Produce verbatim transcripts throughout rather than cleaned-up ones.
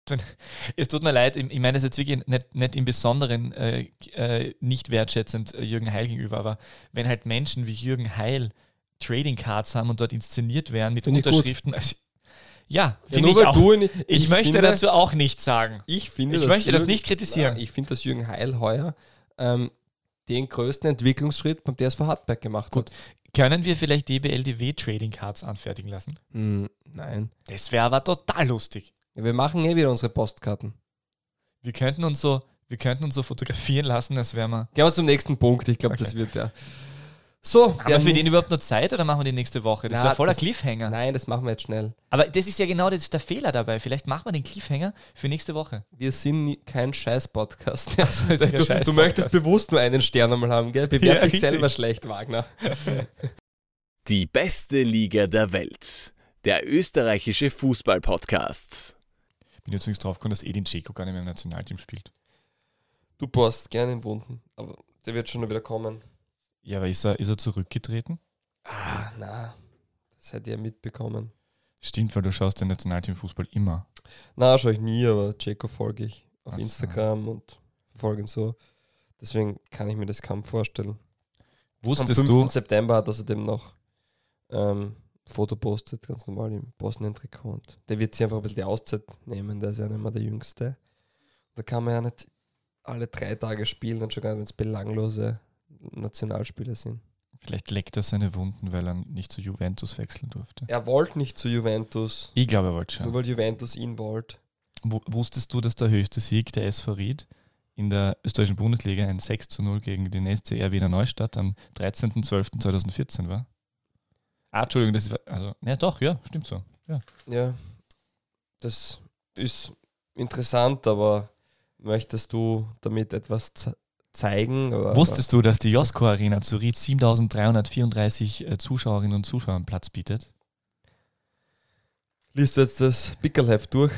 wenn, es tut mir leid, ich meine das jetzt wirklich nicht, nicht im Besonderen äh, äh, nicht wertschätzend äh, Jürgen Heil gegenüber, aber wenn halt Menschen wie Jürgen Heil Trading Cards haben und dort inszeniert werden mit Find Unterschriften, also, ja, Ja, finde nur ich auch. weil du in- Ich, ich möchte finde- dazu auch nichts sagen. Ich finde, Ich dass möchte das Jürgen- nicht kritisieren. Nein, ich finde, dass Jürgen Heil heuer ähm, den größten Entwicklungsschritt beim T S V Hartberg gemacht Gut. hat. Können wir vielleicht D B L D W Trading Cards anfertigen lassen? Hm, nein. Das wäre aber total lustig. Ja, wir machen eh wieder unsere Postkarten. Wir könnten uns so, wir könnten uns so fotografieren lassen, als wären wir. Gehen wir zum nächsten Punkt. Ich glaube, Okay. das wird ja. So, Haben wir für den überhaupt noch Zeit oder machen wir die nächste Woche? Das Na, wäre voller das- Cliffhanger. Nein, das machen wir jetzt schnell. Aber das ist ja genau das, der Fehler dabei. Vielleicht machen wir den Cliffhanger für nächste Woche. Wir sind nie, kein Scheiß-Podcast. das ist ein du, Scheiß-Podcast. du möchtest bewusst nur einen Stern einmal haben, gell? Bewerb Ja, dich richtig. selber schlecht, Wagner. Die beste Liga der Welt. Der österreichische Fußball-Podcast. Ich bin jetzt übrigens drauf gekommen, dass Edin Dzeko gar nicht mehr im Nationalteam spielt. Du passt gerne in Wunden, aber der wird schon noch wieder kommen. Ja, aber ist er, ist er zurückgetreten? Ah, na, das hätte ich ja mitbekommen. Stimmt, weil du schaust den Nationalteam-Fußball immer. Na, schaue ich nie, aber Jaco folge ich auf Ach so. Instagram und verfolge ihn so. Deswegen kann ich mir das kaum vorstellen. Wusstest Am fünften du, September hat er außerdem noch ähm, Foto postet, ganz normal im Bosnien-Trikot. Und der wird sich einfach ein bisschen die Auszeit nehmen, der ist ja nicht mehr der Jüngste. Da kann man ja nicht alle drei Tage spielen, und schon gar nicht, wenn es belanglose Nationalspiele sind. vielleicht leckt er seine Wunden, weil er nicht zu Juventus wechseln durfte? Er wollte nicht zu Juventus, Ich glaube, er wollte nur schon. weil Juventus ihn wollte. Wu- Wusstest du, dass der höchste Sieg der S V Ried in der österreichischen Bundesliga ein sechs zu null gegen den S C R Wiener Neustadt am dreizehnten zwölften zweitausendvierzehn war? Ah, Entschuldigung, das ist, also, ja doch, ja, stimmt so. Ja. Ja, das ist interessant, aber möchtest du damit etwas ze- zeigen? Oder Wusstest du, dass die Josko Arena zu Ried siebentausenddreihundertvierunddreißig äh, Zuschauerinnen und Zuschauern Platz bietet? Liest du jetzt das Pickelheft durch?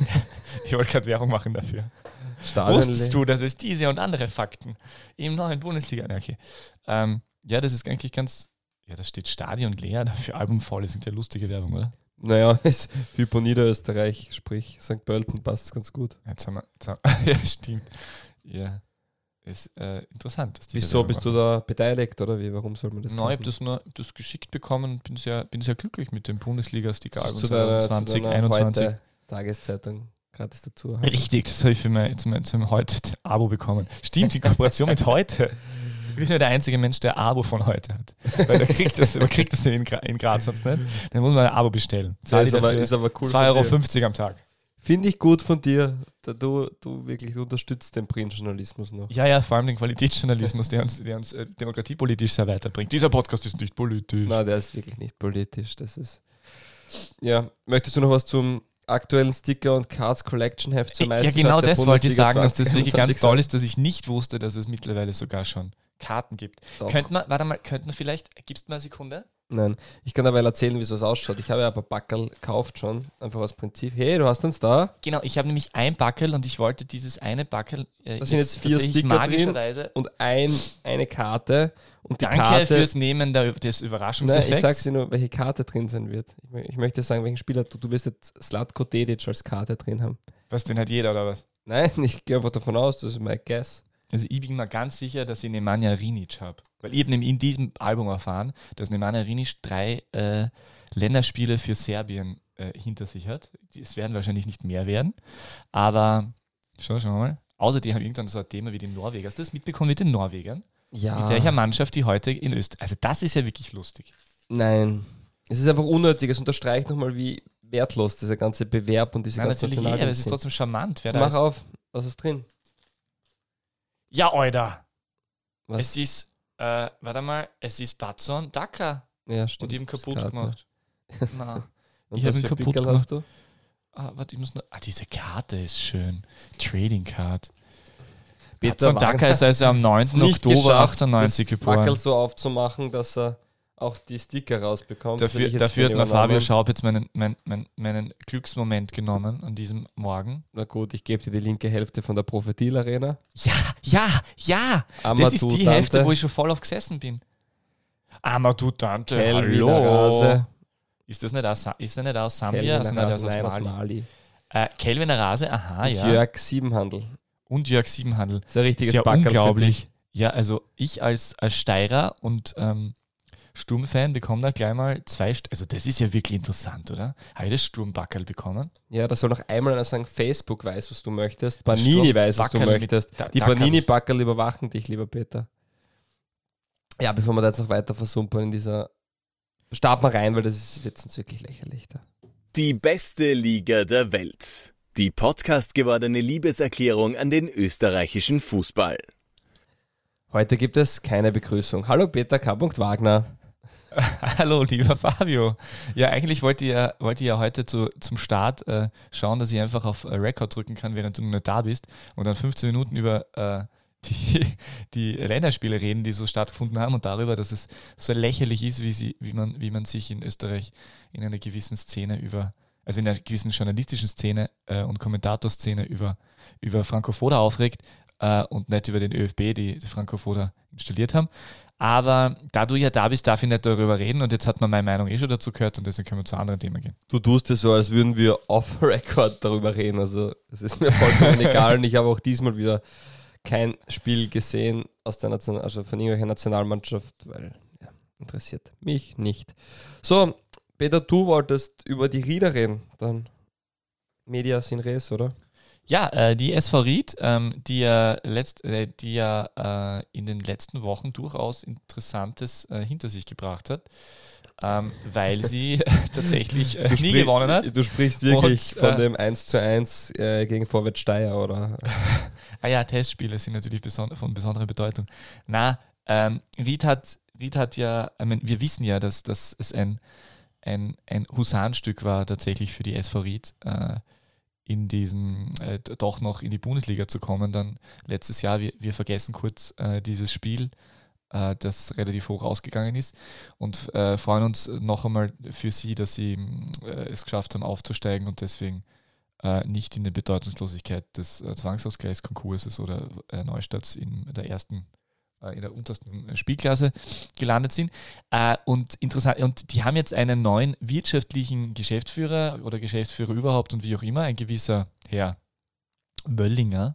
Ich wollte gerade Werbung machen dafür. Stadion Wusstest du, dass es diese und andere Fakten im neuen Bundesliga... Ja, okay. Ähm, ja, das ist eigentlich ganz... Ja, da steht Stadion leer, dafür Album voll. Das ist ja lustige Werbung, oder? Naja, ist Hypo Niederösterreich, sprich Sankt Pölten, passt ganz gut. Jetzt haben wir... Jetzt haben, ja, stimmt. Ja, ist äh, interessant. Dass die da Wieso Werbung bist du machen. da beteiligt oder wie? Warum soll man das Nein, ich habe kaufen? das nur das geschickt bekommen und bin sehr, bin sehr glücklich mit dem Bundesliga-Sticker-Album zu deiner, zu zwanzig deiner einundzwanzig. heute Tageszeitung gratis dazu. Richtig, das habe ich für mein, zu meinem, zu meinem Heute-Abo bekommen. Stimmt, die Kooperation mit Heute. Ich bin nur der einzige Mensch, der ein Abo von Heute hat. Weil der kriegt das, man kriegt das in, Gra- in Graz sonst nicht. Dann muss man ein Abo bestellen. Ja, Zahl ist, ich aber, dafür ist aber cool. zwei Euro von dir. fünfzig am Tag. Finde ich gut von dir. Da Du, du wirklich du unterstützt den Printjournalismus noch. Ja, ja, vor allem den Qualitätsjournalismus, der uns, der uns äh, demokratiepolitisch sehr weiterbringt. Dieser Podcast ist nicht politisch. Nein, der ist wirklich nicht politisch. Das ist. Ja, möchtest du noch was zum aktuellen Sticker und Cards Collection Heft zur Ja, Meisterschaft genau der das wollte ich Bundesliga sagen, dass das wirklich ganz zwanzig toll ist, dass ich nicht wusste, dass es mittlerweile sogar schon Karten gibt. Doch. Könnte man, warte mal, könnten wir vielleicht, gibst du mal eine Sekunde? Nein, ich kann aber erzählen, wie es ausschaut. Ich habe ja ein paar Backerl gekauft schon, einfach aus Prinzip. Hey, du hast uns da. Genau, ich habe nämlich ein Backel und ich wollte dieses eine Backel äh, Da sind jetzt vier tatsächlich Sticker magischerweise. Und ein, eine Karte. Und die Danke Karte. fürs Nehmen der, des Nein, Überraschungseffekts. ich sag's dir nur, welche Karte drin sein wird. Ich, mö- ich möchte sagen, welchen Spieler du, du wirst jetzt Zlatko Dedic als Karte drin haben. Was, den hat jeder oder was? Nein, ich gehe einfach davon aus, das ist mein Guess. Also ich bin mir ganz sicher, dass ich Nemanja Rinic habe. Weil ich habe nämlich in diesem Album erfahren, dass Nemanja Rinic drei äh, Länderspiele für Serbien äh, hinter sich hat. Es werden wahrscheinlich nicht mehr werden. Aber, schau, schau mal. Außer die haben irgendwann so ein Thema wie die Norweger. Hast du das mitbekommen mit den Norwegern? Ja. Mit welcher Mannschaft die heute in Österreich... Also das ist ja wirklich lustig. Nein. Es ist einfach unnötig. Es unterstreicht nochmal, wie wertlos dieser ganze Bewerb und diese Nein, ganzen natürlich eh, aber es ist sind. trotzdem charmant. Wer Jetzt da mach ist. auf. Was ist drin? Ja, Alter. Was? Es ist, äh, warte mal, es ist Batson Daka. Ja, stimmt. Und die haben das ist kaputt Karte. gemacht. Na. Und Ich was hab ihn für kaputt Pickel gemacht. hast du? Ah, warte, ich muss noch. Ah, diese Karte ist schön. Trading Card. Peter Batson Daka Wagner ist also am neunten Nicht Oktober geschafft, achtundneunzig das geboren. Backel so aufzumachen, dass er auch die Sticker rausbekommt. Das Dafür, hätte ich jetzt dafür hat von mir ihm Fabio übernommen. Schaub jetzt meinen, meinen, meinen, meinen Glücksmoment genommen an diesem Morgen. Na gut, ich gebe dir die linke Hälfte von der Profetil Arena. Ja, ja, ja. Amadou Das ist die Dante, Hälfte, wo ich schon voll auf gesessen bin. Amadou Dante, Kelvin hallo. Arase. Ist das nicht aus, Sa- ist das nicht aus Sambia? Kelvin Also nicht Arase, aus nein, aus Mali. Mali. Äh, Kelvin Arase, aha, Und ja. Jörg Siebenhandel. Und Jörg Siebenhandel. Das ist ein richtiges Ist ja Backerl für unglaublich. dich. Ja, also ich als, als Steirer und ähm, Sturmfan bekomme da gleich mal zwei, St- also das ist ja wirklich interessant, oder? Habe ich das Sturmbackerl bekommen? Ja, da soll noch einmal einer sagen, Facebook weiß, was du möchtest, Das Panini weiß, was du Sturmbackerl mit möchtest. Da- Die Dackerl. Panini-Backerl überwachen dich, lieber Peter. Ja, bevor wir da jetzt noch weiter versumpern in dieser... Starten wir rein, weil das ist, wird sonst wirklich lächerlich da. Die beste Liga der Welt. Die Podcast gewordene Liebeserklärung an den österreichischen Fußball. Heute gibt es keine Begrüßung. Hallo Peter K. Wagner. Hallo, lieber Fabio. Ja, eigentlich wollte ich ja, wollte ich ja heute zu, zum Start äh, schauen, dass ich einfach auf äh, Record drücken kann, während du noch nicht da bist und dann fünfzehn Minuten über äh, die, die Länderspiele reden, die so stattgefunden haben und darüber, dass es so lächerlich ist, wie, sie, wie, man, wie man sich in Österreich in einer gewissen Szene über, also in einer gewissen journalistischen Szene äh, und Kommentatorszene über, über Franco Foda aufregt äh, und nicht über den ÖFB, die, die Franco Foda installiert haben. Aber da du ja da bist, darf ich nicht darüber reden und jetzt hat man meine Meinung eh schon dazu gehört und deswegen können wir zu anderen Themen gehen. Du tust es so, als würden wir off-Record darüber reden. Also es ist mir vollkommen egal und ich habe auch diesmal wieder kein Spiel gesehen aus der Nation- also von irgendwelcher Nationalmannschaft, weil ja, interessiert mich nicht. So, Peter, du wolltest über die Rieder reden, dann Medias in res, oder? Ja, äh, die S V Ried, ähm, die ja, letzt, äh, die ja äh, in den letzten Wochen durchaus Interessantes äh, hinter sich gebracht hat, ähm, weil sie tatsächlich äh, nie sprich- gewonnen hat. Du sprichst wirklich Und, von äh, dem eins zu eins äh, gegen Vorwärts Steyr, oder? Ah ja, Testspiele sind natürlich beson- von besonderer Bedeutung. Na, ähm, Ried hat, Ried hat ja, ich mein, wir wissen ja, dass, dass es ein, ein, ein Husarenstück war tatsächlich für die S V Ried, äh, in diesen, äh, doch noch in die Bundesliga zu kommen. Dann letztes Jahr, wir, wir vergessen kurz äh, dieses Spiel, äh, das relativ hoch ausgegangen ist und äh, freuen uns noch einmal für sie, dass sie äh, es geschafft haben aufzusteigen und deswegen äh, nicht in der Bedeutungslosigkeit des äh, Zwangsausgleichskonkurses oder äh, Neustarts in der ersten in der untersten Spielklasse gelandet sind. Äh, und interessant, und die haben jetzt einen neuen wirtschaftlichen Geschäftsführer oder Geschäftsführer überhaupt und wie auch immer, ein gewisser Herr Wöllinger,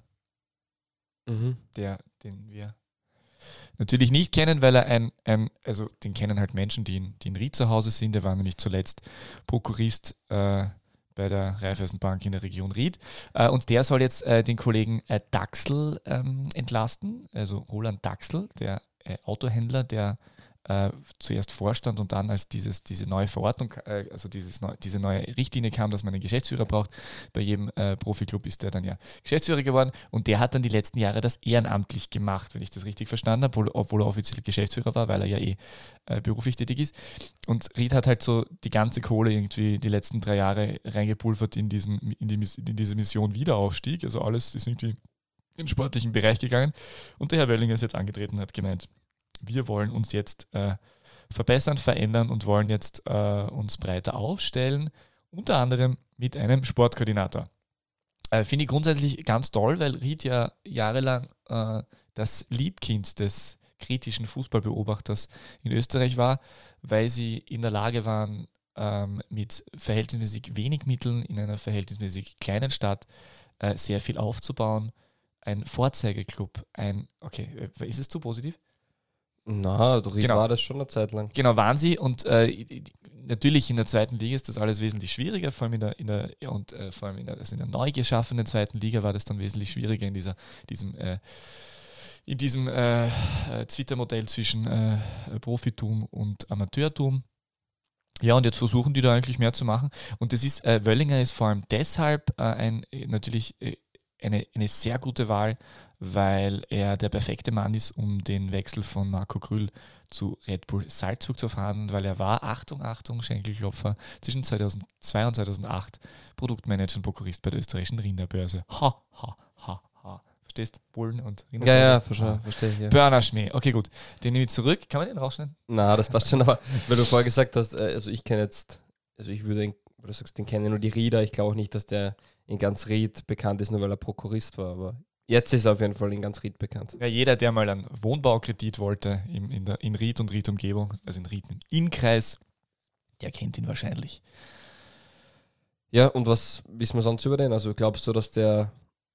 Mhm. der, den wir natürlich nicht kennen, weil er ein, ein also den kennen halt Menschen, die in, die in Ried zu Hause sind. Der war nämlich zuletzt Prokurist äh, bei der Raiffeisenbank in der Region Ried. Äh, und der soll jetzt äh, den Kollegen äh, Daxl ähm, entlasten, also Roland Daxl, der äh, Autohändler, der äh, zuerst Vorstand und dann als dieses, diese neue Verordnung, äh, also dieses neu, diese neue Richtlinie kam, dass man einen Geschäftsführer braucht. Bei jedem äh, Profiklub ist der dann ja Geschäftsführer geworden und der hat dann die letzten Jahre das ehrenamtlich gemacht, wenn ich das richtig verstanden habe, obwohl, obwohl er offiziell Geschäftsführer war, weil er ja eh äh, beruflich tätig ist. Und Ried hat halt so die ganze Kohle irgendwie die letzten drei Jahre reingepulvert in, diesen, in, die, in diese Mission Wiederaufstieg. Also alles ist irgendwie in den sportlichen Bereich gegangen. Und der Herr Wöllinger ist jetzt angetreten und hat gemeint, wir wollen uns jetzt äh, verbessern, verändern und wollen jetzt äh, uns breiter aufstellen, unter anderem mit einem Sportkoordinator. Äh, Finde ich grundsätzlich ganz toll, weil Ried ja jahrelang äh, das Liebkind des kritischen Fußballbeobachters in Österreich war, weil sie in der Lage waren, ähm, mit verhältnismäßig wenig Mitteln in einer verhältnismäßig kleinen Stadt äh, sehr viel aufzubauen. Ein Vorzeigeklub, ein, okay, äh, ist es zu positiv? Na, Ried Genau. war das schon eine Zeit lang. Genau, waren sie und äh, natürlich in der zweiten Liga ist das alles wesentlich schwieriger, vor allem in der, in der ja, und äh, vor allem in der, also in der neu geschaffenen zweiten Liga war das dann wesentlich schwieriger in dieser, diesem äh, in diesem äh, äh, Twitter-Modell zwischen äh, Profitum und Amateurtum. Ja, und jetzt versuchen die da eigentlich mehr zu machen. Und das ist, äh, Wöllinger ist vor allem deshalb äh, ein, äh, natürlich äh, eine, eine sehr gute Wahl, weil er der perfekte Mann ist, um den Wechsel von Marco Grüll zu Red Bull Salzburg zu verhandeln, weil er war, Achtung, Achtung, Schenkelklopfer, zwischen zweitausendzwei und zweitausendacht Produktmanager und Prokurist bei der österreichischen Rinderbörse. Ha, ha, ha, ha. Verstehst? Bullen und Ja, Rinderbörse. ja, verstehe, verstehe ich. Ja. Börnerschmäh. Okay, gut. Den nehme ich zurück. Kann man den rausschneiden? Na, das passt schon, aber weil du vorher gesagt hast, äh, also ich kenne jetzt, also ich würde, ihn- weil du sagst, den kennen nur die Rieder, ich glaube auch nicht, dass der in ganz Ried bekannt ist, nur weil er Prokurist war, aber jetzt ist er auf jeden Fall in ganz Ried bekannt. Ja, jeder, der mal einen Wohnbaukredit wollte im, in, der, in Ried und Ried-Umgebung, also in Ried im Innkreis, der kennt ihn wahrscheinlich. Ja, und was wissen wir sonst über den? Also glaubst du, dass der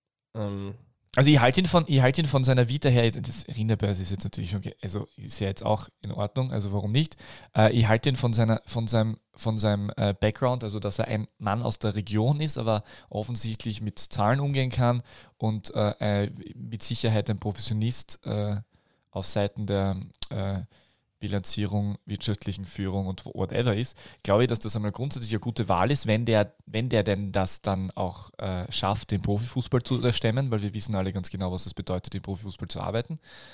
ähm, Also ich halte ihn von, ich halte ihn von seiner Vita her, das Rinderbeers ist jetzt natürlich schon, also ist ja jetzt auch in Ordnung, also warum nicht? Äh, ich halte ihn von seiner, von seinem, von seinem äh, Background, also dass er ein Mann aus der Region ist, aber offensichtlich mit Zahlen umgehen kann und äh, äh, mit Sicherheit ein Professionist äh, auf Seiten der äh, Bilanzierung, wirtschaftlichen Führung und whatever ist, glaube ich, dass das einmal grundsätzlich eine gute Wahl ist, wenn der, wenn der denn das dann auch äh, schafft, den Profifußball zu stemmen, weil wir wissen alle ganz genau, was es bedeutet, im Profifußball zu arbeiten.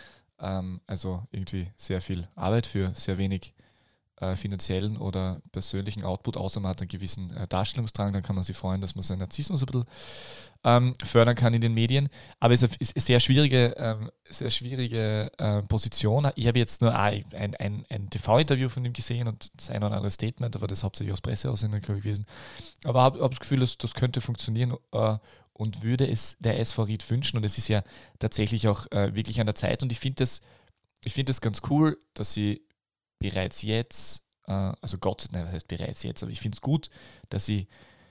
Ähm, also irgendwie sehr viel Arbeit für sehr wenig äh, finanziellen oder persönlichen Output, außer man hat einen gewissen äh, Darstellungsdrang, dann kann man sich freuen, dass man seinen Narzissmus ein bisschen ähm, fördern kann in den Medien. Aber es ist eine sehr schwierige, ähm, sehr schwierige äh, Position. Ich habe jetzt nur ein, ein, ein T V-Interview von ihm gesehen und das ein oder andere Statement, aber das hauptsächlich aus Presseaussendungen gewesen. Aber ich habe hab das Gefühl, dass das könnte funktionieren äh, und würde es der S V Ried wünschen. Und es ist ja tatsächlich auch äh, wirklich an der Zeit. Und ich finde das, ich finde das ganz cool, dass sie bereits jetzt, äh, also Gott sei Dank, was heißt bereits jetzt, aber ich finde es gut, dass sie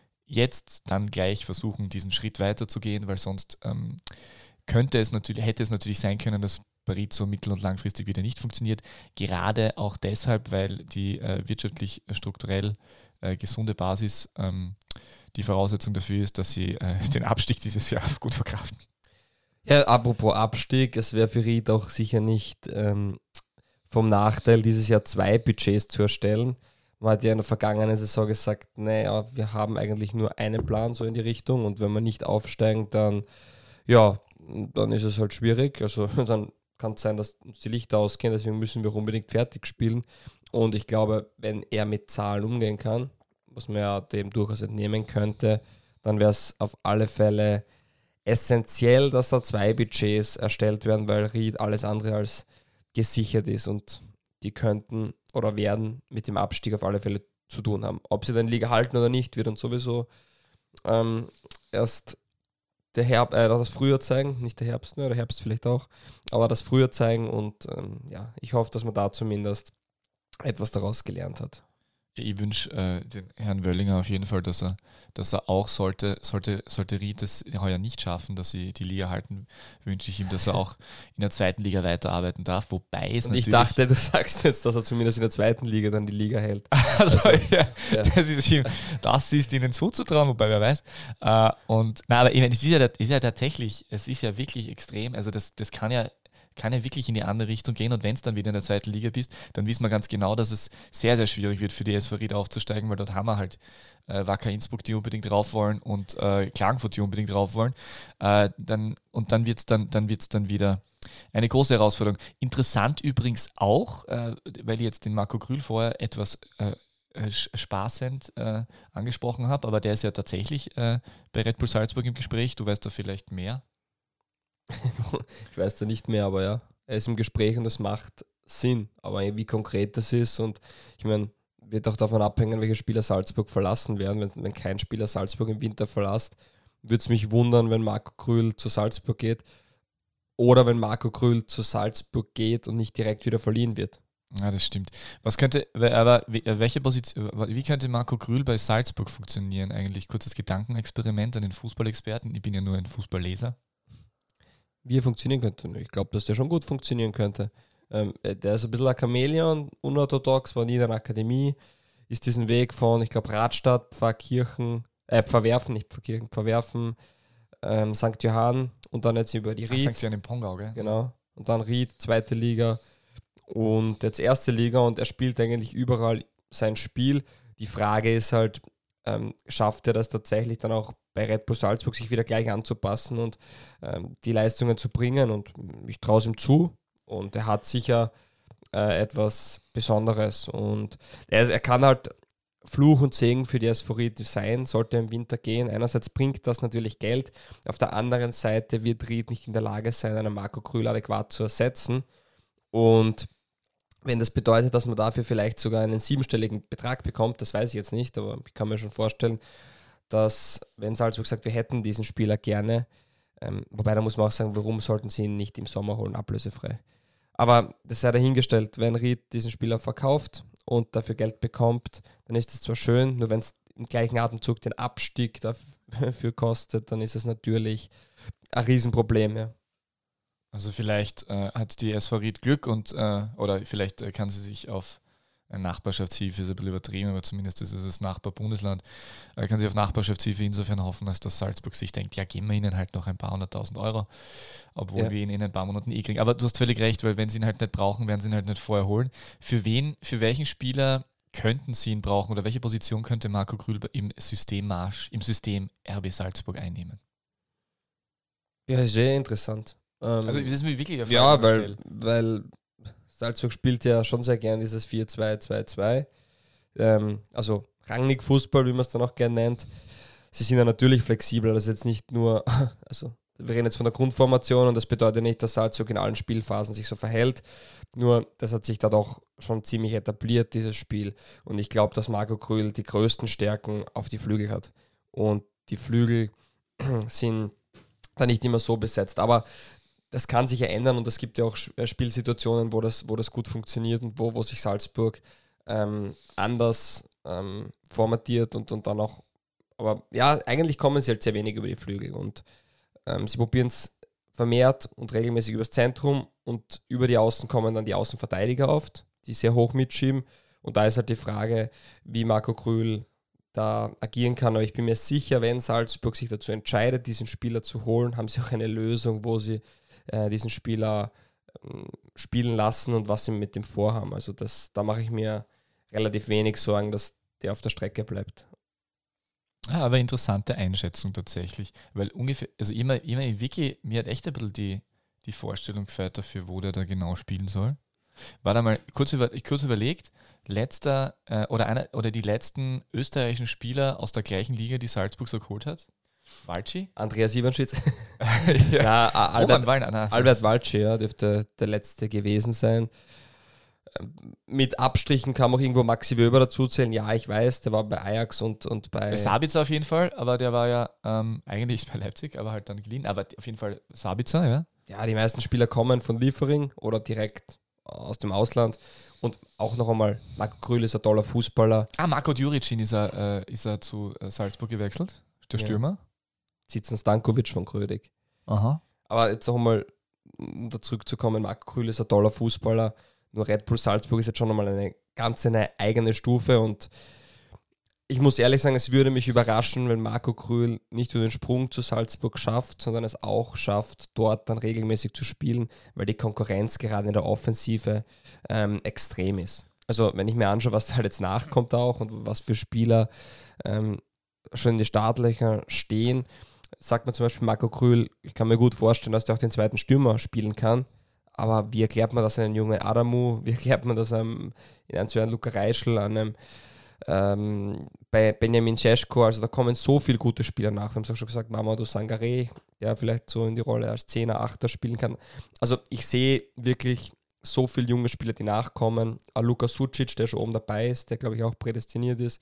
jetzt dann gleich versuchen, diesen Schritt weiterzugehen, weil sonst ähm, könnte es natürlich, hätte es natürlich sein können, dass Ried so mittel- und langfristig wieder nicht funktioniert. Gerade auch deshalb, weil die äh, wirtschaftlich äh, strukturell äh, gesunde Basis ähm, die Voraussetzung dafür ist, dass sie äh, den Abstieg dieses Jahr gut verkraften. Ja, apropos Abstieg, es wäre für Ried auch sicher nicht ähm, vom Nachteil, dieses Jahr zwei Budgets zu erstellen. Man hat ja in der vergangenen Saison gesagt, naja, wir haben eigentlich nur einen Plan so in die Richtung und wenn wir nicht aufsteigen, dann ja, dann ist es halt schwierig. Also dann kann es sein, dass uns die Lichter ausgehen, deswegen müssen wir unbedingt fertig spielen. Und ich glaube, wenn er mit Zahlen umgehen kann, was man ja dem durchaus entnehmen könnte, dann wäre es auf alle Fälle essentiell, dass da zwei Budgets erstellt werden, weil Ried alles andere als gesichert ist und die könnten oder werden mit dem Abstieg auf alle Fälle zu tun haben. Ob sie den Liga halten oder nicht, wird uns sowieso ähm, erst der Herbst, äh, das Frühjahr zeigen, nicht der Herbst, ne, der Herbst vielleicht auch, aber das Frühjahr zeigen und ähm, ja, ich hoffe, dass man da zumindest etwas daraus gelernt hat. Ich wünsche äh, den Herrn Wöllinger auf jeden Fall, dass er, dass er auch sollte, sollte, sollte Ried es heuer nicht schaffen, dass sie die Liga halten, wünsche ich ihm, dass er auch in der zweiten Liga weiterarbeiten darf, wobei es und natürlich... ich dachte, du sagst jetzt, dass er zumindest in der zweiten Liga dann die Liga hält. Also, Also, ja, ja. Das, ist ihm, das ist ihnen zuzutrauen, wobei wer weiß. Äh, und, na, aber ich meine, es ist ja, ist ja tatsächlich, es ist ja wirklich extrem, also das, das kann ja kann ja wirklich in die andere Richtung gehen und wenn es dann wieder in der zweiten Liga bist, dann wissen wir ganz genau, dass es sehr, sehr schwierig wird für die S V Ried aufzusteigen, weil dort haben wir halt äh, Wacker Innsbruck, die unbedingt rauf wollen und äh, Klagenfurt, die unbedingt rauf wollen. Äh, dann, und dann wird es dann, dann, wird's dann wieder eine große Herausforderung. Interessant übrigens auch, äh, weil ich jetzt den Marco Grühl vorher etwas äh, spaßend äh, angesprochen habe, aber der ist ja tatsächlich äh, bei Red Bull Salzburg im Gespräch. Du weißt da vielleicht mehr. Ich weiß da nicht mehr, aber ja, er ist im Gespräch und das macht Sinn. Aber wie konkret das ist und ich meine, wird auch davon abhängen, welche Spieler Salzburg verlassen werden. Wenn, wenn kein Spieler Salzburg im Winter verlässt, würde es mich wundern, wenn Marco Grühl zu Salzburg geht oder wenn Marco Grühl zu Salzburg geht und nicht direkt wieder verliehen wird. Ja, das stimmt. Was könnte, aber welche Position, wie könnte Marco Grühl bei Salzburg funktionieren eigentlich? Kurzes Gedankenexperiment an den Fußballexperten. Ich bin ja nur ein Fußballleser. Wie er funktionieren könnte. Ich glaube, dass der schon gut funktionieren könnte. Ähm, der ist ein bisschen ein Chamäleon, unorthodox, war nie in einer Akademie, ist diesen Weg von, ich glaube, Radstadt, Pfarrkirchen, äh, Pfarrwerfen, nicht Pfarrkirchen, Pfarrwerfen, ähm, Sankt Johann und dann jetzt über die Ried. Sankt Johann im Pongau, gell? Genau. Und dann Ried, zweite Liga und jetzt erste Liga und er spielt eigentlich überall sein Spiel. Die Frage ist halt, ähm, schafft er das tatsächlich dann auch bei Red Bull Salzburg sich wieder gleich anzupassen und ähm, die Leistungen zu bringen und ich traue es ihm zu und er hat sicher äh, etwas Besonderes und er, er kann halt Fluch und Segen für die S V Ried sein, sollte im Winter gehen. Einerseits bringt das natürlich Geld, auf der anderen Seite wird Ried nicht in der Lage sein, einen Marco Grühl adäquat zu ersetzen und wenn das bedeutet, dass man dafür vielleicht sogar einen siebenstelligen Betrag bekommt, das weiß ich jetzt nicht, aber ich kann mir schon vorstellen, dass, wenn Salzburg sagt, wir hätten diesen Spieler gerne, ähm, wobei da muss man auch sagen, warum sollten sie ihn nicht im Sommer holen, ablösefrei. Aber das sei dahingestellt, wenn Ried diesen Spieler verkauft und dafür Geld bekommt, dann ist es zwar schön, nur wenn es im gleichen Atemzug den Abstieg dafür kostet, dann ist es natürlich ein Riesenproblem. Ja. Also vielleicht äh, hat die S V Ried Glück und äh, oder vielleicht äh, kann sie sich auf eine Nachbarschaftshilfe, ist ein bisschen übertrieben, aber zumindest ist es das Nachbarbundesland, äh, kann sich auf Nachbarschaftshilfe insofern hoffen, als dass Salzburg sich denkt, ja, geben wir ihnen halt noch ein paar hunderttausend Euro, obwohl Ja. wir ihn in ein paar Monaten eh kriegen. Aber du hast völlig recht, weil wenn sie ihn halt nicht brauchen, werden sie ihn halt nicht vorher holen. Für wen, für welchen Spieler könnten sie ihn brauchen oder welche Position könnte Marco Grüll im System Marsch, im System R B Salzburg einnehmen? Ja, sehr interessant. Ähm, Also das ist mir wirklich eine Frage, ja, die ich weil, stelle. weil Salzburg spielt ja schon sehr gern dieses vier zwei zwei zwei. Ähm, also Rangnick-Fußball, wie man es dann auch gern nennt. Sie sind ja natürlich flexibel, das ist jetzt nicht nur, also wir reden jetzt von der Grundformation und das bedeutet nicht, dass Salzburg in allen Spielphasen sich so verhält. Nur, das hat sich da doch schon ziemlich etabliert, dieses Spiel. Und ich glaube, dass Marco Grüll die größten Stärken auf die Flügel hat. Und die Flügel sind da nicht immer so besetzt. Aber das kann sich ja ändern und es gibt ja auch Spielsituationen, wo das, wo das gut funktioniert und wo, wo sich Salzburg ähm, anders ähm, formatiert und, und dann auch, aber ja, eigentlich kommen sie halt sehr wenig über die Flügel und ähm, sie probieren es vermehrt und regelmäßig übers Zentrum und über die Außen kommen dann die Außenverteidiger oft, die sehr hoch mitschieben und da ist halt die Frage, wie Marco Grüll da agieren kann, aber ich bin mir sicher, wenn Salzburg sich dazu entscheidet, diesen Spieler zu holen, haben sie auch eine Lösung, wo sie äh, diesen Spieler ähm, spielen lassen und was sie mit dem vorhaben. Also das, da mache ich mir relativ wenig Sorgen, dass der auf der Strecke bleibt. Ah, aber interessante Einschätzung tatsächlich, weil ungefähr, also immer, immer wirklich, mir hat echt ein bisschen die, die Vorstellung gefällt dafür, wo der da genau spielen soll. War da mal kurz, über, kurz überlegt, letzter äh, oder einer oder die letzten österreichischen Spieler aus der gleichen Liga, die Salzburg so geholt hat? Walci? Andreas Ivanschitz. ja. ja, A- Albert, Roman Wallner, Albert Walci, ja, dürfte der letzte gewesen sein. Ähm, Mit Abstrichen kann man auch irgendwo Maxi Wöber dazu zählen. Ja, ich weiß, der war bei Ajax und, und bei... Bei Sabitzer auf jeden Fall, aber der war ja ähm, eigentlich bei Leipzig, aber halt dann geliehen. Aber auf jeden Fall Sabitzer, ja. Ja, die meisten Spieler kommen von Liefering oder direkt aus dem Ausland. Und auch noch einmal, Marco Grüll ist ein toller Fußballer. Ah, Marko Djuricin ist er, äh, ist er zu äh, Salzburg gewechselt, der Ja. Stürmer. Zitzen Stankovic von Grödig. Aha. Aber jetzt noch einmal, um da zurückzukommen, Marco Grüll ist ein toller Fußballer. Nur Red Bull Salzburg ist jetzt schon einmal eine ganz eine eigene Stufe und ich muss ehrlich sagen, es würde mich überraschen, wenn Marco Grüll nicht nur den Sprung zu Salzburg schafft, sondern es auch schafft, dort dann regelmäßig zu spielen, weil die Konkurrenz gerade in der Offensive ähm, extrem ist. Also wenn ich mir anschaue, was da halt jetzt nachkommt auch und was für Spieler ähm, schon in die Startlöcher stehen, sagt man zum Beispiel Marco Grüll, ich kann mir gut vorstellen, dass der auch den zweiten Stürmer spielen kann. Aber wie erklärt man das einem jungen Adamu? Wie erklärt man das einem, in einem, einem Luca Reischl, einem ähm, bei Benjamin Šeško? Also da kommen so viele gute Spieler nach. Wir haben es auch schon gesagt, Mamadou Sangaré, der vielleicht so in die Rolle als Zehner, Achter spielen kann. Also ich sehe wirklich so viele junge Spieler, die nachkommen. Auch Luka Sucic, der schon oben dabei ist, der glaube ich auch prädestiniert ist.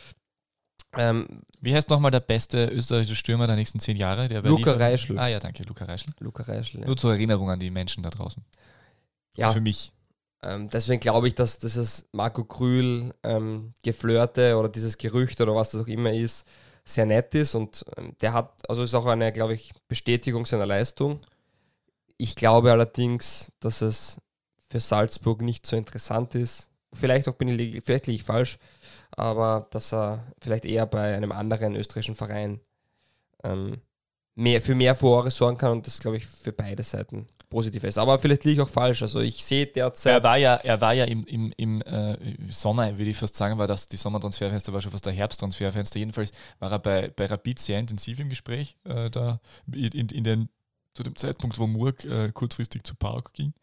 Ähm, Wie heißt nochmal der beste österreichische Stürmer der nächsten zehn Jahre? Der bei Luca Liefering- Reischl. Ah ja, danke, Luca Reischl. Luca Reischl, ja. Nur zur Erinnerung an die Menschen da draußen. Ja. Also für mich. Ähm, deswegen glaube ich, dass dieses Marco Grüll ähm, Geflirte oder dieses Gerücht oder was das auch immer ist, sehr nett ist und ähm, der hat, also ist auch eine, glaube ich, Bestätigung seiner Leistung. Ich glaube allerdings, dass es für Salzburg nicht so interessant ist. Vielleicht auch bin ich, vielleicht liege ich falsch, aber dass er vielleicht eher bei einem anderen österreichischen Verein ähm, mehr, für mehr Furore sorgen kann und das, glaube ich, für beide Seiten positiv ist. Aber vielleicht liege ich auch falsch. Also ich sehe derzeit... Er war ja, er war ja im, im, im äh, Sommer, würde ich fast sagen, weil das die Sommertransferfenster war schon fast der Herbsttransferfenster. Jedenfalls war er bei, bei Rapid sehr intensiv im Gespräch, äh, da in, in den, zu dem Zeitpunkt, wo Murg äh, kurzfristig zu Park ging.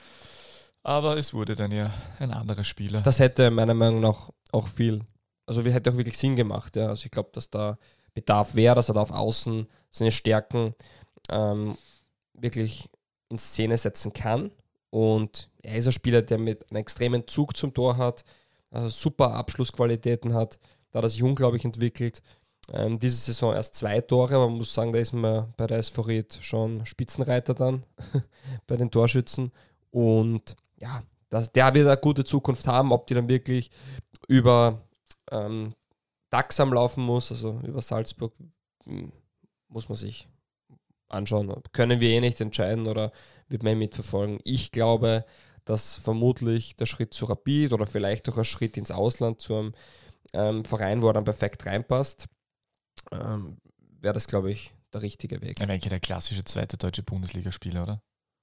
Aber es wurde dann ja ein anderer Spieler. Das hätte meiner Meinung nach auch viel, also hätte auch wirklich Sinn gemacht. Ja. Also ich glaube, dass da Bedarf wäre, dass er da auf Außen seine Stärken ähm, wirklich in Szene setzen kann. Und er ist ein Spieler, der mit einem extremen Zug zum Tor hat, also super Abschlussqualitäten hat. Da hat er sich unglaublich entwickelt. Ähm, diese Saison erst zwei Tore, man muss sagen, da ist man bei der S V Ried schon Spitzenreiter dann bei den Torschützen. Und ja, das, der wird eine gute Zukunft haben, ob die dann wirklich über ähm, tagsam laufen muss, also über Salzburg, muss man sich anschauen. Können wir eh nicht entscheiden oder wird man eh mitverfolgen. Ich glaube, dass vermutlich der Schritt zu Rapid oder vielleicht auch ein Schritt ins Ausland zu einem ähm, Verein, wo er dann perfekt reinpasst, ähm, wäre das, glaube ich, der richtige Weg. Er wäre der klassische zweite deutsche Bundesligaspieler, oder?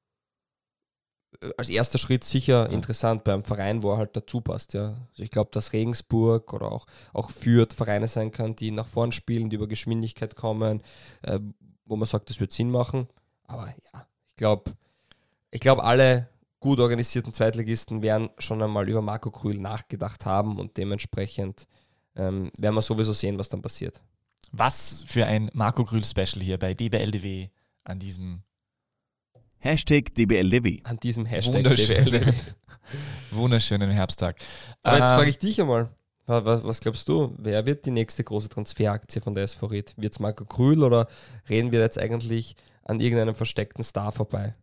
Als erster Schritt sicher ja. interessant beim Verein, wo er halt dazu passt. Ja. Also ich glaube, dass Regensburg oder auch, auch Fürth Vereine sein kann, die nach vorn spielen, die über Geschwindigkeit kommen, äh, wo man sagt, das wird Sinn machen. Aber ja, ich glaube, ich glaube, alle gut organisierten Zweitligisten werden schon einmal über Marco Krühl nachgedacht haben und dementsprechend ähm, werden wir sowieso sehen, was dann passiert. Was für ein Marco Krühl-Special hier bei D B L D W an diesem Hashtag D B L D W. An diesem Hashtag D B L D W. Wunderschönen Herbsttag. Aber jetzt ähm, frage ich dich einmal, was, was glaubst du, wer wird die nächste große Transferaktie von der S V Ried? Wird es Marco Krühl oder reden wir jetzt eigentlich an irgendeinem versteckten Star vorbei?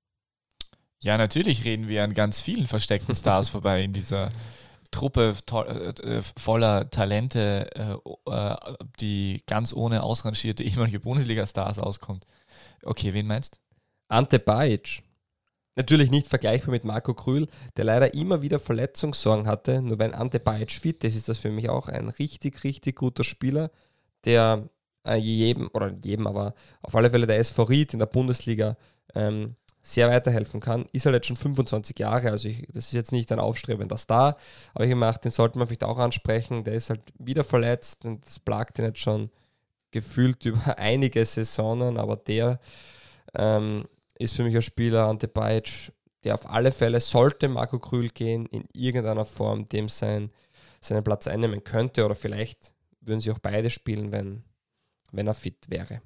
Ja, natürlich reden wir an ganz vielen versteckten Stars vorbei in dieser Truppe to- äh, voller Talente, äh, äh, die ganz ohne ausrangierte ehemalige Bundesliga-Stars auskommt. Okay, wen meinst du? Ante Bajic. Natürlich nicht vergleichbar mit Marco Krühl, der leider immer wieder Verletzungssorgen hatte. Nur wenn Ante Bajic fit ist, ist das für mich auch ein richtig, richtig guter Spieler, der äh, jedem, oder jedem, aber auf alle Fälle der S V Ried in der Bundesliga ähm, sehr weiterhelfen kann. Ist halt jetzt schon fünfundzwanzig Jahre, also ich, das ist jetzt nicht ein aufstrebender Star, aber ich habe gedacht, den sollte man vielleicht auch ansprechen. Der ist halt wieder verletzt und das plagt ihn jetzt schon gefühlt über einige Saisonen, aber der ähm, ist für mich ein Spieler, Ante Bajic, der auf alle Fälle, sollte Marco Krühl gehen, in irgendeiner Form dem sein, seinen Platz einnehmen könnte oder vielleicht würden sie auch beide spielen, wenn, wenn er fit wäre.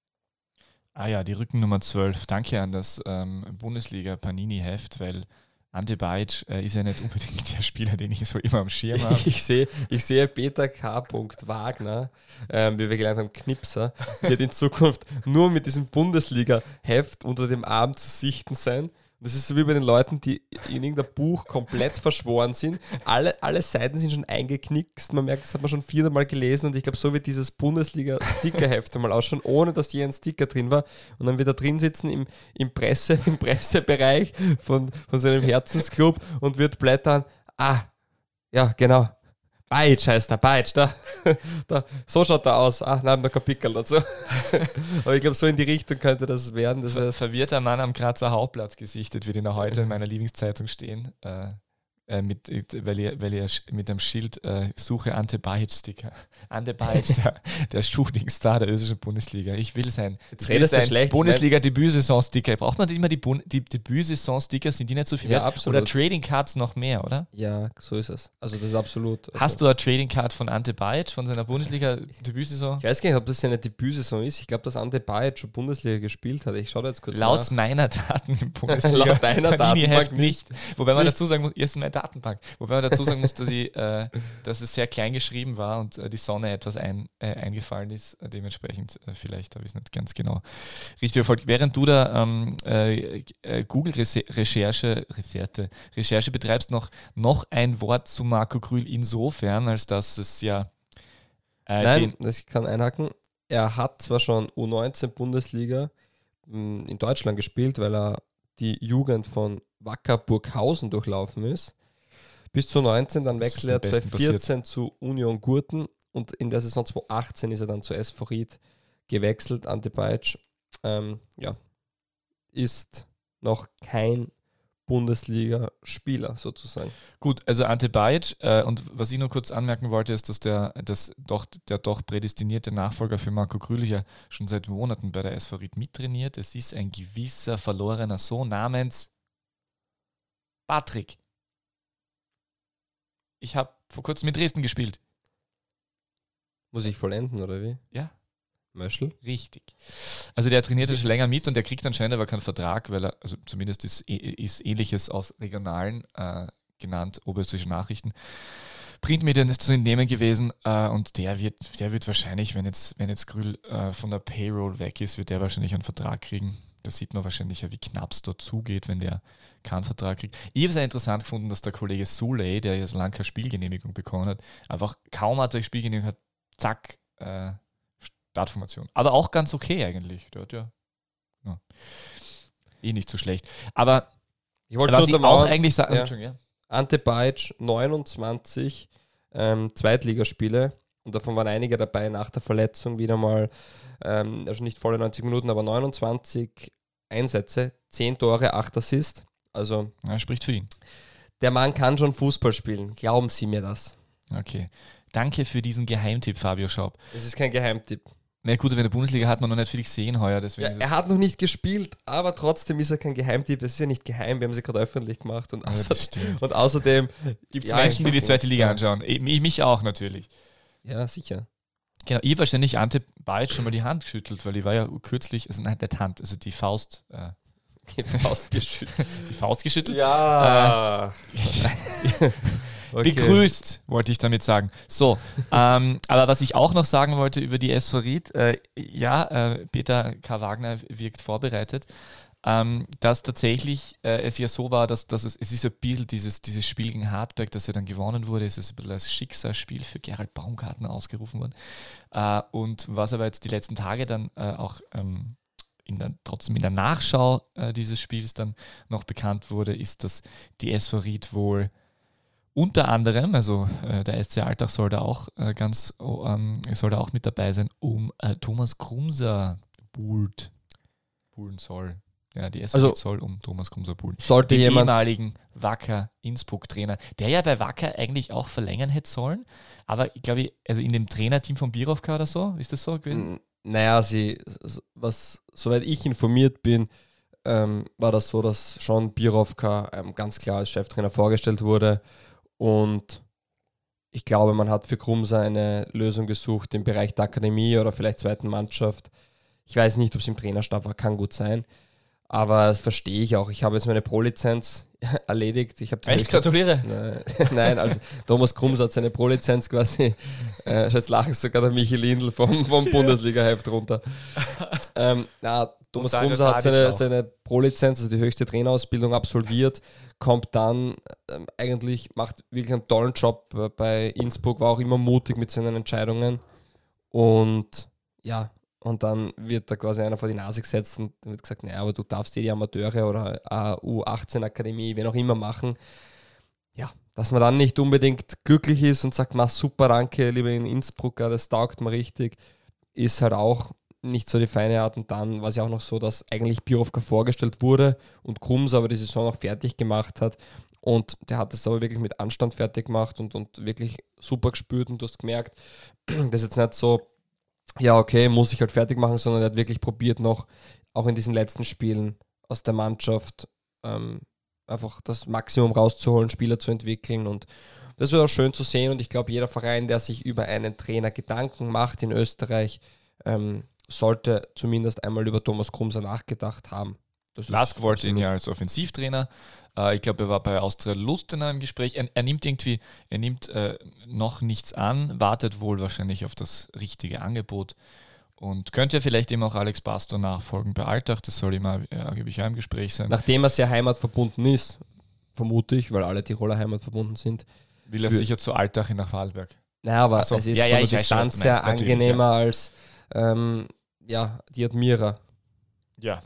Ah ja, die Rückennummer zwölf. Danke an das ähm, Bundesliga-Panini-Heft, weil Ante Bajic äh, ist ja nicht unbedingt der Spieler, den ich so immer am Schirm habe. Ich sehe ich sehe Peter K. Wagner, ähm, wie wir gelernt haben, Knipser, wird in Zukunft nur mit diesem Bundesliga-Heft unter dem Arm zu sichten sein. Das ist so wie bei den Leuten, die in irgendeinem Buch komplett verschworen sind. Alle, alle Seiten sind schon eingeknickst. Man merkt, das hat man schon viermal gelesen. Und ich glaube, so wird dieses Bundesliga-Sticker-Heft mal ausschauen, ohne dass je ein Sticker drin war. Und dann wird er drin sitzen im, im, Presse, im Pressebereich von, von seinem Herzensclub und wird blättern. Ah, ja, genau. Bajic heißt er, Bajic, da, da, so schaut er aus. Ach, nein, noch kein Pickel dazu. Aber ich glaube, so in die Richtung könnte das werden. Das Ver- verwirrter Mann am Grazer Hauptplatz gesichtet, wird ihn auch heute in meiner Lieblingszeitung stehen, äh, äh, mit, weil, ich, weil ich mit einem Schild äh, suche Ante Bajic-Sticker. Ante Bajic, der, der Shootingstar der österreichischen Bundesliga. Ich will sein, Jetzt ich will redest du sein schlecht. Bundesliga-Debütsaison-Sticker. Braucht man nicht immer die, Bun- die Debütsaison-Sticker? Sind die nicht so viel Ja, wert? absolut. Oder Trading Cards noch mehr, oder? Ja, so ist es. Also das ist absolut. Also Hast du eine Trading Card von Ante Bajic, von seiner Bundesliga-Debütsaison? Ich weiß gar nicht, ob das seine Debütsaison ist. Ich glaube, dass Ante Bajic schon Bundesliga gespielt hat. Ich schaue da jetzt kurz Laut nach. meiner Daten im Bundesliga Laut deiner Panini-Heft Datenbank nicht. Wobei man Nicht. dazu sagen muss, erst in meiner Datenbank. Wobei man dazu sagen muss, dass, ich, äh, dass es sehr klein geschrieben war und äh, die Sonne etwas ein, äh, eingefallen ist. Äh, dementsprechend, äh, vielleicht habe ich es nicht ganz genau richtig verfolgt. Während du da ähm, äh, äh, Google-Recherche Recherche, Recherche betreibst, noch, noch ein Wort zu Marco Krühl insofern, als dass es ja äh, Nein, den, das kann einhaken. Er hat zwar schon U neunzehn Bundesliga mh, in Deutschland gespielt, weil er die Jugend von Wacker Burghausen durchlaufen ist. Bis zu neunzehn, dann Das ist wechselt er am besten zwanzig vierzehn zu Union Gurten und in der Saison zwanzig achtzehn ist er dann zu S V Ried gewechselt. Ante Bajic ähm, ja, ist noch kein Bundesliga-Spieler sozusagen. Gut, also Ante Bajic, äh, und was ich nur kurz anmerken wollte, ist, dass der, das doch, der doch prädestinierte Nachfolger für Marco Krühl ja schon seit Monaten bei der S V Ried mittrainiert. Es ist ein gewisser verlorener Sohn namens Patrick. Ich habe vor kurzem mit Dresden gespielt. Muss ich vollenden, oder wie? Ja. Möschel? Richtig. Also der trainiert ja schon länger mit und der kriegt anscheinend aber keinen Vertrag, weil er, also zumindest ist, ist Ähnliches aus regionalen äh, genannt, Oberösterreichische Nachrichten, Printmedien zu entnehmen gewesen äh, und der wird, der wird wahrscheinlich, wenn jetzt, wenn jetzt Krühl äh, von der Payroll weg ist, wird der wahrscheinlich einen Vertrag kriegen. Da sieht man wahrscheinlich ja, wie knapp es dort zugeht, wenn der keinen Vertrag kriegt. Ich habe es ja interessant gefunden, dass der Kollege Suley, der ja so lange keine Spielgenehmigung bekommen hat, einfach kaum hat er Spielgenehmigung hat, zack, äh, Startformation. Aber auch ganz okay eigentlich. Der hat ja, ja eh nicht so schlecht. Aber Ich wollte was nur ich auch untermauern, eigentlich sagen, ja. also, ja. Ante Bajic, neunundzwanzig ähm, Zweitligaspiele und davon waren einige dabei nach der Verletzung wieder mal, ähm, also nicht volle neunzig Minuten, aber neunundzwanzig Einsätze, zehn Tore, acht Assists. Also ja, spricht für ihn. der Mann kann schon Fußball spielen, glauben Sie mir das. Okay. Danke für diesen Geheimtipp, Fabio Schaub. Es ist kein Geheimtipp. Na gut, in der Bundesliga hat man noch nicht viel gesehen heuer, deswegen Ja, ist es er hat noch nicht gespielt, aber trotzdem ist er kein Geheimtipp. Das ist ja nicht geheim, wir haben sie gerade öffentlich gemacht. Und, Ja, außer, das stimmt. und außerdem Gibt es ja, Menschen, die die zweite Liga da- anschauen? Ich, mich auch natürlich. Ja, sicher. Genau, ich habe wahrscheinlich Ante Bajic schon mal die Hand geschüttelt, weil ich war ja kürzlich, also nein, nicht Hand, also die Faust, äh, Die Faust geschüttelt. die Faust geschüttelt. Ja. Okay. Begrüßt, wollte ich damit sagen. So, ähm, aber was ich auch noch sagen wollte über die S V Ried, äh, ja, äh, Peter K. Wagner wirkt vorbereitet, ähm, dass tatsächlich äh, es ja so war, dass, dass es, es ist ein bisschen dieses, dieses Spiel gegen Hartberg, das ja dann gewonnen wurde, es ist ein bisschen als Schicksalsspiel für Gerald Baumgartner ausgerufen worden. Äh, und was aber jetzt die letzten Tage dann äh, auch ähm, in der, trotzdem in der Nachschau äh, dieses Spiels dann noch bekannt wurde, ist, dass die S V Ried wohl unter anderem, also äh, der S C Altach soll da auch äh, ganz oh, ähm, soll da auch mit dabei sein, um äh, Thomas Krumser buhlt. Buhlen soll. Ja, die S V Also, soll um Thomas Krumser buhlen. Sollte Den jemand. ehemaligen Wacker Innsbruck-Trainer, der ja bei Wacker eigentlich auch verlängern hätte sollen, aber ich glaube, also in dem Trainerteam von Birovka oder so, ist das so gewesen? N- Naja, sie, was, soweit ich informiert bin, ähm, war das so, dass schon Birovka ähm, ganz klar als Cheftrainer vorgestellt wurde. Und ich glaube, man hat für Krumser eine Lösung gesucht im Bereich der Akademie oder vielleicht zweiten Mannschaft. Ich weiß nicht, ob es im Trainerstab war, kann gut sein. Aber das verstehe ich auch. Ich habe jetzt meine Pro-Lizenz erledigt. Ich habe die Echt? höchste- Gratuliere. Nein, Nein, also Thomas Krumser hat seine Pro-Lizenz quasi, äh, jetzt lachen sogar der Michi Lindl vom, vom Bundesliga-Heft runter. ähm, na, Thomas Dario Krumser hat Tadic seine, auch. seine Pro-Lizenz, also die höchste Trainerausbildung absolviert, kommt dann ähm, eigentlich, macht wirklich einen tollen Job äh, bei Innsbruck, war auch immer mutig mit seinen Entscheidungen und ja, und dann wird da quasi einer vor die Nase gesetzt und dann wird gesagt, naja, aber du darfst eh die Amateure oder äh, U achtzehn Akademie, wen auch immer machen. Ja, dass man dann nicht unbedingt glücklich ist und sagt, mach super, danke, lieber in Innsbrucker, das taugt mir richtig, ist halt auch nicht so die feine Art. Und dann war es ja auch noch so, dass eigentlich Birovka vorgestellt wurde und Krumser aber die Saison noch fertig gemacht hat. Und der hat es aber wirklich mit Anstand fertig gemacht und, und wirklich super gespürt. Und du hast gemerkt, das ist jetzt nicht so, ja, okay, muss ich halt fertig machen, sondern er hat wirklich probiert, noch auch in diesen letzten Spielen aus der Mannschaft ähm, einfach das Maximum rauszuholen, Spieler zu entwickeln. Und das wird auch schön zu sehen. Und ich glaube, jeder Verein, der sich über einen Trainer Gedanken macht in Österreich, ähm, sollte zumindest einmal über Thomas Krumser nachgedacht haben. Das ist Lask wollte ihn absolut- ja als Offensivtrainer. Äh, ich glaube, er war bei Austria Lustenau im Gespräch. Er, er nimmt irgendwie, er nimmt äh, noch nichts an, wartet wohl wahrscheinlich auf das richtige Angebot und könnte ja vielleicht eben auch Alex Pastor nachfolgen bei Altach. Das soll immer äh, angeblich auch im Gespräch sein. Nachdem er sehr heimatverbunden ist, vermute ich, weil alle Tiroler heimatverbunden sind. Will er Für- sicher zu Altach nach Vorarlberg. Naja, aber Ach so. es ist Ja, ja, von ich der weiß schon, was Distanz du sehr meinst, natürlich, angenehmer als ähm, ja, die Admira. Ja.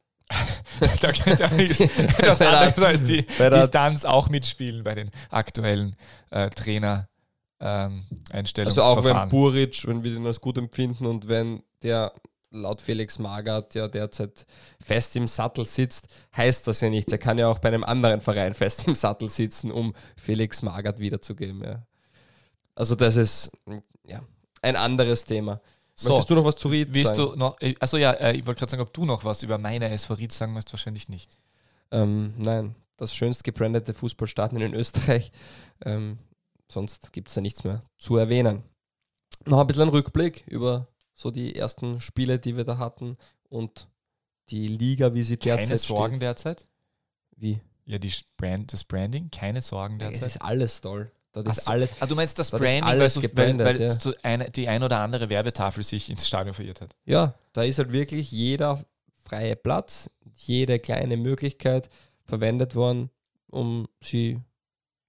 Da könnte auch nichts etwas Bei der- anderes als die bei der- Distanz auch mitspielen bei den aktuellen äh, Trainer ähm, Also auch wenn Einstellungsverfahren. Buric, wenn wir den als gut empfinden und wenn der laut Felix Magath ja derzeit fest im Sattel sitzt, heißt das ja nichts. Er kann ja auch bei einem anderen Verein fest im Sattel sitzen, um Felix Magath wiederzugeben. Ja. Also das ist ja ein anderes Thema. So, Möchtest du noch was zu Ried willst sagen? du noch, äh, achso ja, äh, ich wollte gerade sagen, ob du noch was über meine S V Ried sagen möchtest, wahrscheinlich nicht. Ähm, nein, das schönst gebrandete Fußballstadion in Österreich. Ähm, sonst gibt es da nichts mehr zu erwähnen. Noch ein bisschen ein Rückblick über so die ersten Spiele, die wir da hatten und die Liga, wie sie derzeit Keine Sorgen steht. derzeit? Wie? Ja, die Brand, das Branding, keine Sorgen Es derzeit. ist alles toll. Das Ach ist so. alles. Ah, du meinst das Da ist Branding, alles weil, so, weil, gebrandet, weil ja. so eine, die ein oder andere Werbetafel sich ins Stadion verirrt hat. Ja, da ist halt wirklich jeder freie Platz, jede kleine Möglichkeit verwendet worden, um sie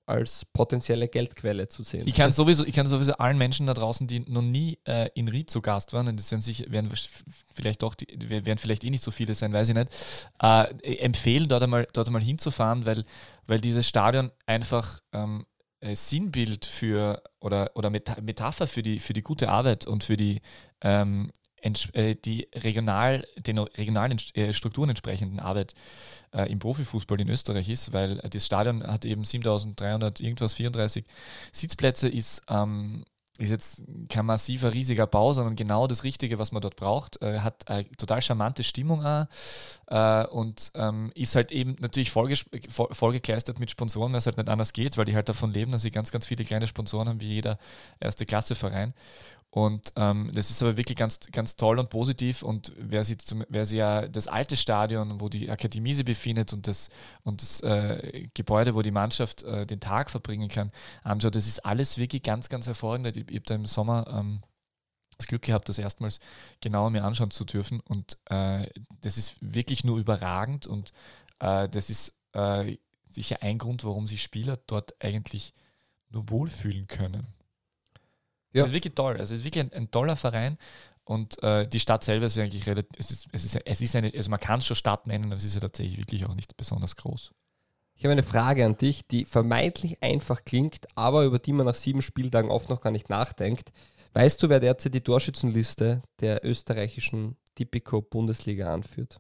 als potenzielle Geldquelle zu sehen. Ich kann sowieso, ich kann sowieso allen Menschen da draußen, die noch nie äh, in Ried zu Gast waren, und das werden, sich, werden vielleicht doch, die, werden vielleicht eh nicht so viele sein, weiß ich nicht, äh, empfehlen, dort einmal, dort einmal hinzufahren, weil, weil dieses Stadion einfach ähm, äh, Sinnbild für oder, oder Metapher für die, für die gute Arbeit und für die ähm, die regional, den regionalen Strukturen entsprechenden Arbeit äh, im Profifußball in Österreich ist, weil das Stadion hat eben siebentausenddreihundert irgendwas vierunddreißig Sitzplätze, ist, ähm, ist jetzt kein massiver, riesiger Bau, sondern genau das Richtige, was man dort braucht. Äh, hat eine total charmante Stimmung auch, äh, und ähm, ist halt eben natürlich vollges- voll, vollgekleistert mit Sponsoren, weil es halt nicht anders geht, weil die halt davon leben, dass sie ganz, ganz viele kleine Sponsoren haben, wie jeder Erste-Klasse-Verein. Und ähm, das ist aber wirklich ganz, ganz toll und positiv. Und wer sich, zum, wer sich ja das alte Stadion, wo die Akademie sich befindet, und das, und das äh, Gebäude, wo die Mannschaft äh, den Tag verbringen kann, anschaut, das ist alles wirklich ganz, ganz hervorragend. Ich, ich habe da im Sommer ähm, das Glück gehabt, das erstmals genauer mir anschauen zu dürfen. Und äh, das ist wirklich nur überragend. Und äh, das ist äh, sicher ein Grund, warum sich Spieler dort eigentlich nur wohlfühlen können. Ja. Das ist wirklich toll. Also es ist wirklich ein, ein toller Verein, und äh, die Stadt selber ist eigentlich relativ, es ist, es ist, es ist eine, also man kann es schon Stadt nennen, aber es ist ja tatsächlich wirklich auch nicht besonders groß. Ich habe eine Frage an dich, die vermeintlich einfach klingt, aber über die man nach sieben Spieltagen oft noch gar nicht nachdenkt. Weißt du, wer derzeit die Torschützenliste der österreichischen Tipico-Bundesliga anführt?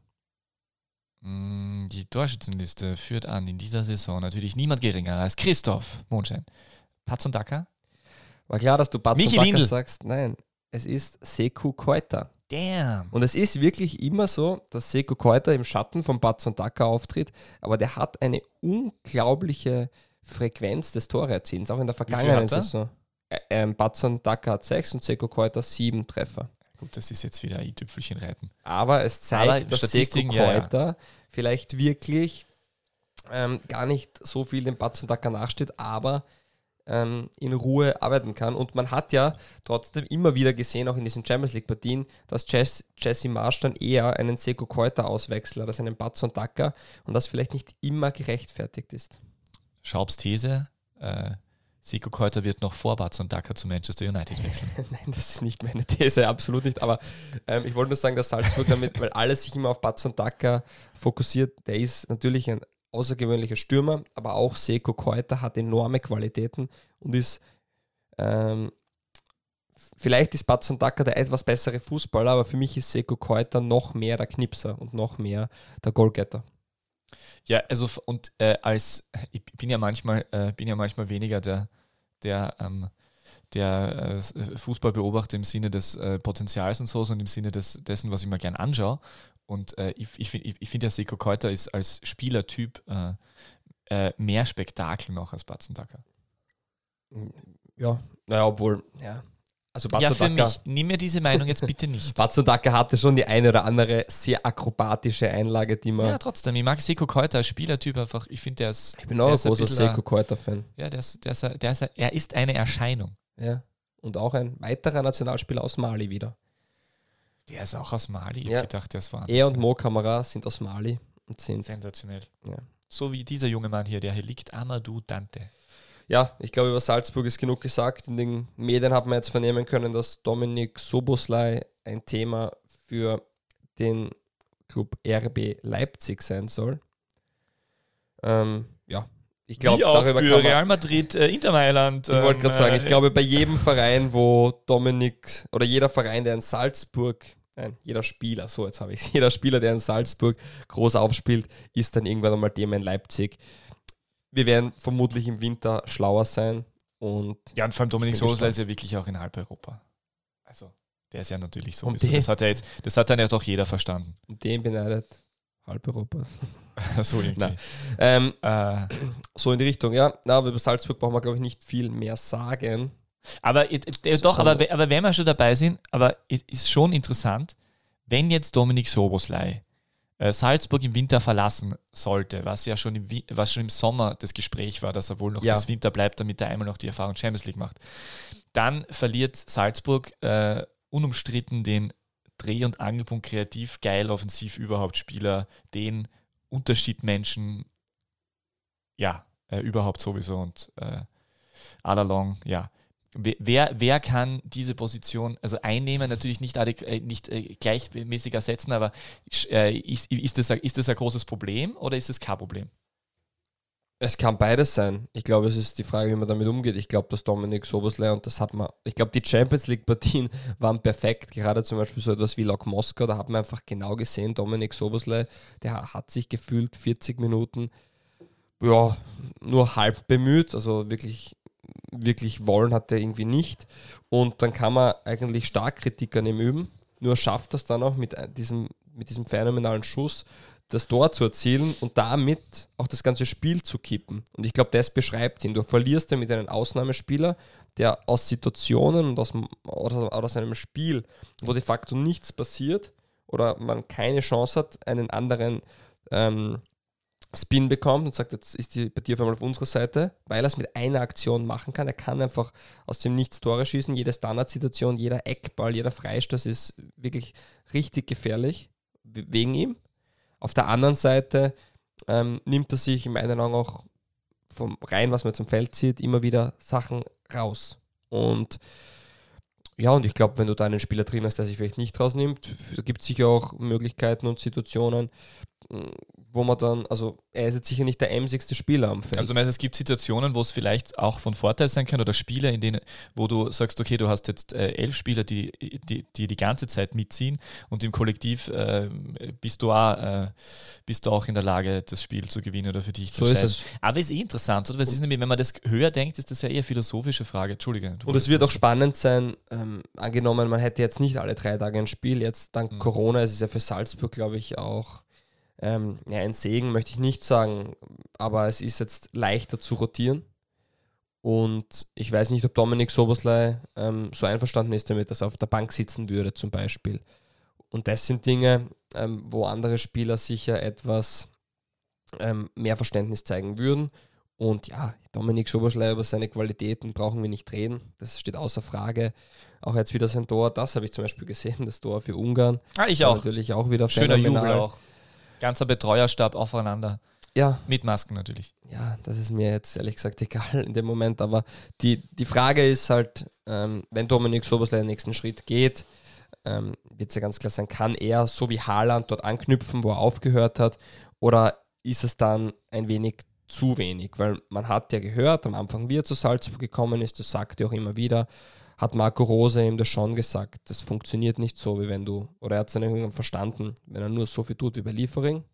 Die Torschützenliste führt an in dieser Saison natürlich niemand geringer als Christoph Mondschein. Patson Daka? War klar, dass du Patson Michi Daka Lindl. sagst. Nein, es ist Sekou Koita. Damn. Und es ist wirklich immer so, dass Sekou Koita im Schatten von Patson Daka auftritt, aber der hat eine unglaubliche Frequenz des Toreerzielens, auch in der vergangenen Saison. Ähm, Patson Daka hat sechs und Sekou Koita sieben Treffer. Gut, das ist jetzt wieder ein i-Tüpfelchen reiten. Aber es zeigt, aber dass Statistiken, Sekou Koita ja, ja. vielleicht wirklich ähm, gar nicht so viel dem Patson Daka nachsteht, aber ähm, in Ruhe arbeiten kann. Und man hat ja trotzdem immer wieder gesehen, auch in diesen Champions League-Partien, dass Jess, Jesse Marsch dann eher einen Sekou Koita auswechselt als einen Patson Daka, und das vielleicht nicht immer gerechtfertigt ist. Schaubs These, äh, Sekou Koita wird noch vor Patson Daka zu Manchester United wechseln. Nein, das ist nicht meine These, absolut nicht. Aber ähm, ich wollte nur sagen, dass Salzburg damit, weil alles sich immer auf Patson Daka fokussiert, der ist natürlich ein außergewöhnlicher Stürmer, aber auch Sekou Koita hat enorme Qualitäten und ist ähm, vielleicht ist Patson Daka der etwas bessere Fußballer, aber für mich ist Sekou Koita noch mehr der Knipser und noch mehr der Goalgetter. Ja, also und äh, als ich bin ja manchmal äh, bin ja manchmal weniger der der ähm, der äh, Fußballbeobachter im Sinne des äh, Potenzials und so, sondern im Sinne des, dessen, was ich mir gerne anschaue. Und äh, ich, ich, ich, ich finde ja, Sekou Koita ist als Spielertyp äh, äh, mehr Spektakel noch als Patson Daka. Ja, naja, obwohl, ja. Also ja, für Daka, mich, nimm mir diese Meinung jetzt bitte nicht. Patson Daka hatte schon die eine oder andere sehr akrobatische Einlage, die man... Ja, trotzdem, ich mag Sekou Koita als Spielertyp einfach. Ich finde, der ist... Ich bin auch ein großer Sekou Koita-Fan. Ja, der ist, der ist, der ist, er ist eine Erscheinung. Ja, und auch ein weiterer Nationalspieler aus Mali wieder. Der ist auch aus Mali. Ich ja. habe gedacht, der ist woanders. Er und Mo Camara sind aus Mali und sind... Sensationell. Ja. So wie dieser junge Mann hier, der hier liegt, Amadou Dante. Ja, ich glaube, über Salzburg ist genug gesagt. In den Medien hat man jetzt vernehmen können, dass Dominik Szoboszlai ein Thema für den Club R B Leipzig sein soll. Ähm, ja, ich glaube, darüber für kann man, Real Madrid, äh, Inter Mailand. Ich wollte gerade sagen, ich glaube, bei jedem Verein, wo Dominik, oder jeder Verein, der in Salzburg, nein, jeder Spieler, so jetzt habe ich es, jeder Spieler, der in Salzburg groß aufspielt, ist dann irgendwann einmal Thema in Leipzig. Wir werden vermutlich im Winter schlauer sein. Und ja, und vor allem Dominik Szoboszlai ist ja wirklich auch in halb Europa. Also, der ist ja natürlich so. Den, das hat ja jetzt, das hat dann ja doch jeder verstanden. Und den beneidet halb Europa. so irgendwie. Ähm, äh. So in die Richtung, ja. Na, aber über Salzburg brauchen wir, glaube ich, nicht viel mehr sagen. Aber äh, äh, doch, aber, aber wenn wir schon dabei sind, aber es ist schon interessant, wenn jetzt Dominik Szoboszlai Salzburg im Winter verlassen sollte, was ja schon im, was schon im Sommer das Gespräch war, dass er wohl noch ja. bis Winter bleibt, damit er einmal noch die Erfahrung Champions League macht, dann verliert Salzburg äh, unumstritten den Dreh- und Angelpunkt kreativ geil offensiv überhaupt Spieler, den Unterschiedmenschen, ja, äh, überhaupt sowieso und äh, all along, ja. Wer, wer kann diese Position also einnehmen, natürlich nicht, adäqu- nicht äh, gleichmäßig ersetzen, aber äh, ist, ist, das, ist das ein großes Problem oder ist es kein Problem? Es kann beides sein. Ich glaube, es ist die Frage, wie man damit umgeht. Ich glaube, dass Dominik Szoboszlai, und das hat man, ich glaube, die Champions League-Partien waren perfekt, gerade zum Beispiel so etwas wie Lok Moskau, da hat man einfach genau gesehen, Dominik Szoboszlai, der hat sich gefühlt vierzig Minuten ja, nur halb bemüht, also wirklich, wirklich wollen hat er irgendwie nicht. Und dann kann man eigentlich stark Kritik an ihm üben, nur schafft das dann auch mit diesem, mit diesem phänomenalen Schuss, das Tor zu erzielen und damit auch das ganze Spiel zu kippen. Und ich glaube, das beschreibt ihn. Du verlierst ja mit einem Ausnahmespieler, der aus Situationen und aus, aus, aus einem Spiel, wo de facto nichts passiert oder man keine Chance hat, einen anderen ähm, Spin bekommt und sagt, jetzt ist die Partie auf einmal auf unserer Seite, weil er es mit einer Aktion machen kann. Er kann einfach aus dem Nichts Tore schießen. Jede Standardsituation, jeder Eckball, jeder Freistoß ist wirklich richtig gefährlich wegen ihm. Auf der anderen Seite ähm, nimmt er sich in meinen Augen auch vom rein, was man jetzt am Feld sieht, immer wieder Sachen raus. Und ja, und ich glaube, wenn du da einen Spieler drin hast, der sich vielleicht nicht rausnimmt, gibt es sicher auch Möglichkeiten und Situationen, wo man dann, also er ist jetzt sicher nicht der emsigste Spieler am Feld. Also du meinst, es gibt Situationen, wo es vielleicht auch von Vorteil sein kann oder Spiele, in denen, wo du sagst, okay, du hast jetzt äh, elf Spieler, die, die die die ganze Zeit mitziehen und im Kollektiv äh, bist du auch äh, bist du auch in der Lage, das Spiel zu gewinnen oder für dich zu so entscheiden. ist es. Aber es ist eh interessant, oder? Es ist nämlich, wenn man das höher denkt, ist das ja eher eine philosophische Frage. Entschuldige. Und es wird auch spannend sein, ähm, angenommen, man hätte jetzt nicht alle drei Tage ein Spiel, jetzt dank mhm. Corona, es ist ja für Salzburg, glaube ich, auch Ähm, ja, ein Segen möchte ich nicht sagen, aber es ist jetzt leichter zu rotieren und ich weiß nicht, ob Dominik Szoboszlai ähm, so einverstanden ist damit, dass er auf der Bank sitzen würde zum Beispiel. Und das sind Dinge, ähm, wo andere Spieler sicher etwas ähm, mehr Verständnis zeigen würden. Und ja, Dominik Szoboszlai, über seine Qualitäten brauchen wir nicht reden, das steht außer Frage. Auch jetzt wieder sein Tor, das habe ich zum Beispiel gesehen, das Tor für Ungarn. Ah, ich auch. Natürlich auch wieder schöner phänomenal. Jubel auch. Ganzer Betreuerstab aufeinander. Ja. Mit Masken natürlich. Ja, das ist mir jetzt ehrlich gesagt egal in dem Moment, aber die, die Frage ist halt, ähm, wenn Dominik Szoboszlai den nächsten Schritt geht, ähm, wird es ja ganz klar sein, kann er so wie Haaland dort anknüpfen, wo er aufgehört hat, oder ist es dann ein wenig zu wenig? Weil man hat ja gehört, am Anfang, wie er zu Salzburg gekommen ist, das sagt er auch immer wieder, hat Marco Rose ihm das schon gesagt, das funktioniert nicht so, wie wenn du, oder er hat es dann irgendwann verstanden, wenn er nur so viel tut wie bei Liefering,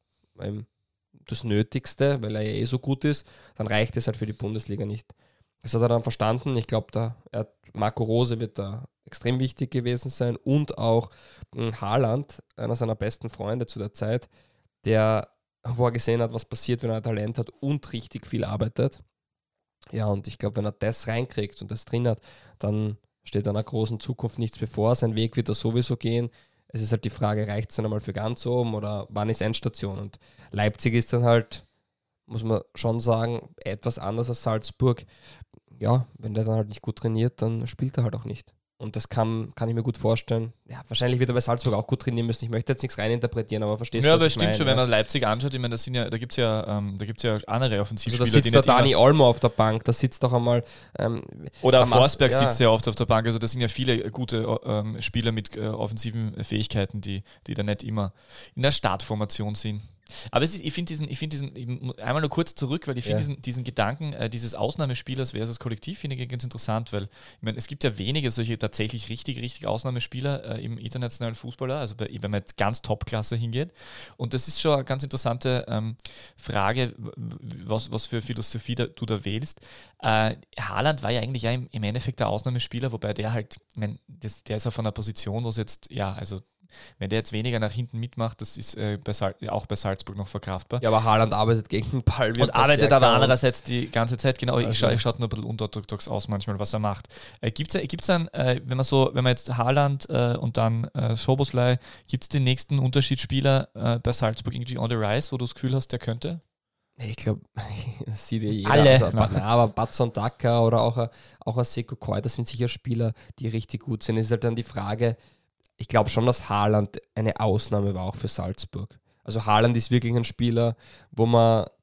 das Nötigste, weil er ja eh so gut ist, dann reicht es halt für die Bundesliga nicht. Das hat er dann verstanden. Ich glaube, da er, Marco Rose wird da extrem wichtig gewesen sein und auch Haaland, einer seiner besten Freunde zu der Zeit, der vorgesehen hat, was passiert, wenn er Talent hat und richtig viel arbeitet. Ja, und ich glaube, wenn er das reinkriegt und das drin hat, dann steht einer großen Zukunft nichts bevor. Sein Weg wird er sowieso gehen. Es ist halt die Frage, reicht es dann einmal für ganz oben oder wann ist Endstation? Und Leipzig ist dann halt, muss man schon sagen, etwas anders als Salzburg. Ja, wenn der dann halt nicht gut trainiert, dann spielt er halt auch nicht. Und das kann, kann ich mir gut vorstellen. Ja, wahrscheinlich wird er bei Salzburg auch gut trainieren müssen. Ich möchte jetzt nichts reininterpretieren, aber verstehst ja, du, was was ich meine? Ja, aber es stimmt schon, ja? Wenn man Leipzig anschaut, ich meine, das sind ja, da gibt es ja, ähm, da gibt's ja andere Offensivspieler. Also da sitzt der Dani Olmo auf der Bank, da sitzt doch einmal... Ähm, Oder Forsberg ja. sitzt ja oft auf der Bank. Also das sind ja viele gute ähm, Spieler mit äh, offensiven Fähigkeiten, die, die da nicht immer in der Startformation sind. Aber es ist, ich finde diesen, ich finde diesen, ich einmal nur kurz zurück, weil ich finde Ja. diesen, diesen Gedanken äh, dieses Ausnahmespielers versus Kollektiv finde ich ganz interessant, weil ich meine, es gibt ja wenige solche tatsächlich richtig, richtig Ausnahmespieler äh, im internationalen Fußballer, also bei, wenn man jetzt ganz Top-Klasse hingeht. Und das ist schon eine ganz interessante ähm, Frage, was, was für Philosophie da, du da wählst. Äh, Haaland war ja eigentlich ja im, im Endeffekt der Ausnahmespieler, wobei der halt, ich mein, das, der ist ja von einer Position, wo es jetzt, ja, also wenn der jetzt weniger nach hinten mitmacht, das ist äh, bei Sal- auch bei Salzburg noch verkraftbar. Ja, aber Haaland arbeitet gegen den Ball. Und arbeitet aber kaum. andererseits die ganze Zeit, genau, ich Also. schaue schaut nur ein bisschen unorthodox aus manchmal, was er macht. Äh, gibt es gibt's dann, äh, wenn man so, wenn man jetzt Haaland äh, und dann äh, Szoboszlai, gibt es den nächsten Unterschiedsspieler äh, bei Salzburg irgendwie on the rise, wo du das Gefühl hast, der könnte? Ich glaube, das sieht ja jeder. Alle. Also, na, aber Batson Daka oder auch ein, auch ein Seko Koi, das sind sicher Spieler, die richtig gut sind. Es ist halt dann die Frage, ich glaube schon, dass Haaland eine Ausnahme war auch für Salzburg. Also Haaland ist wirklich ein Spieler, wo man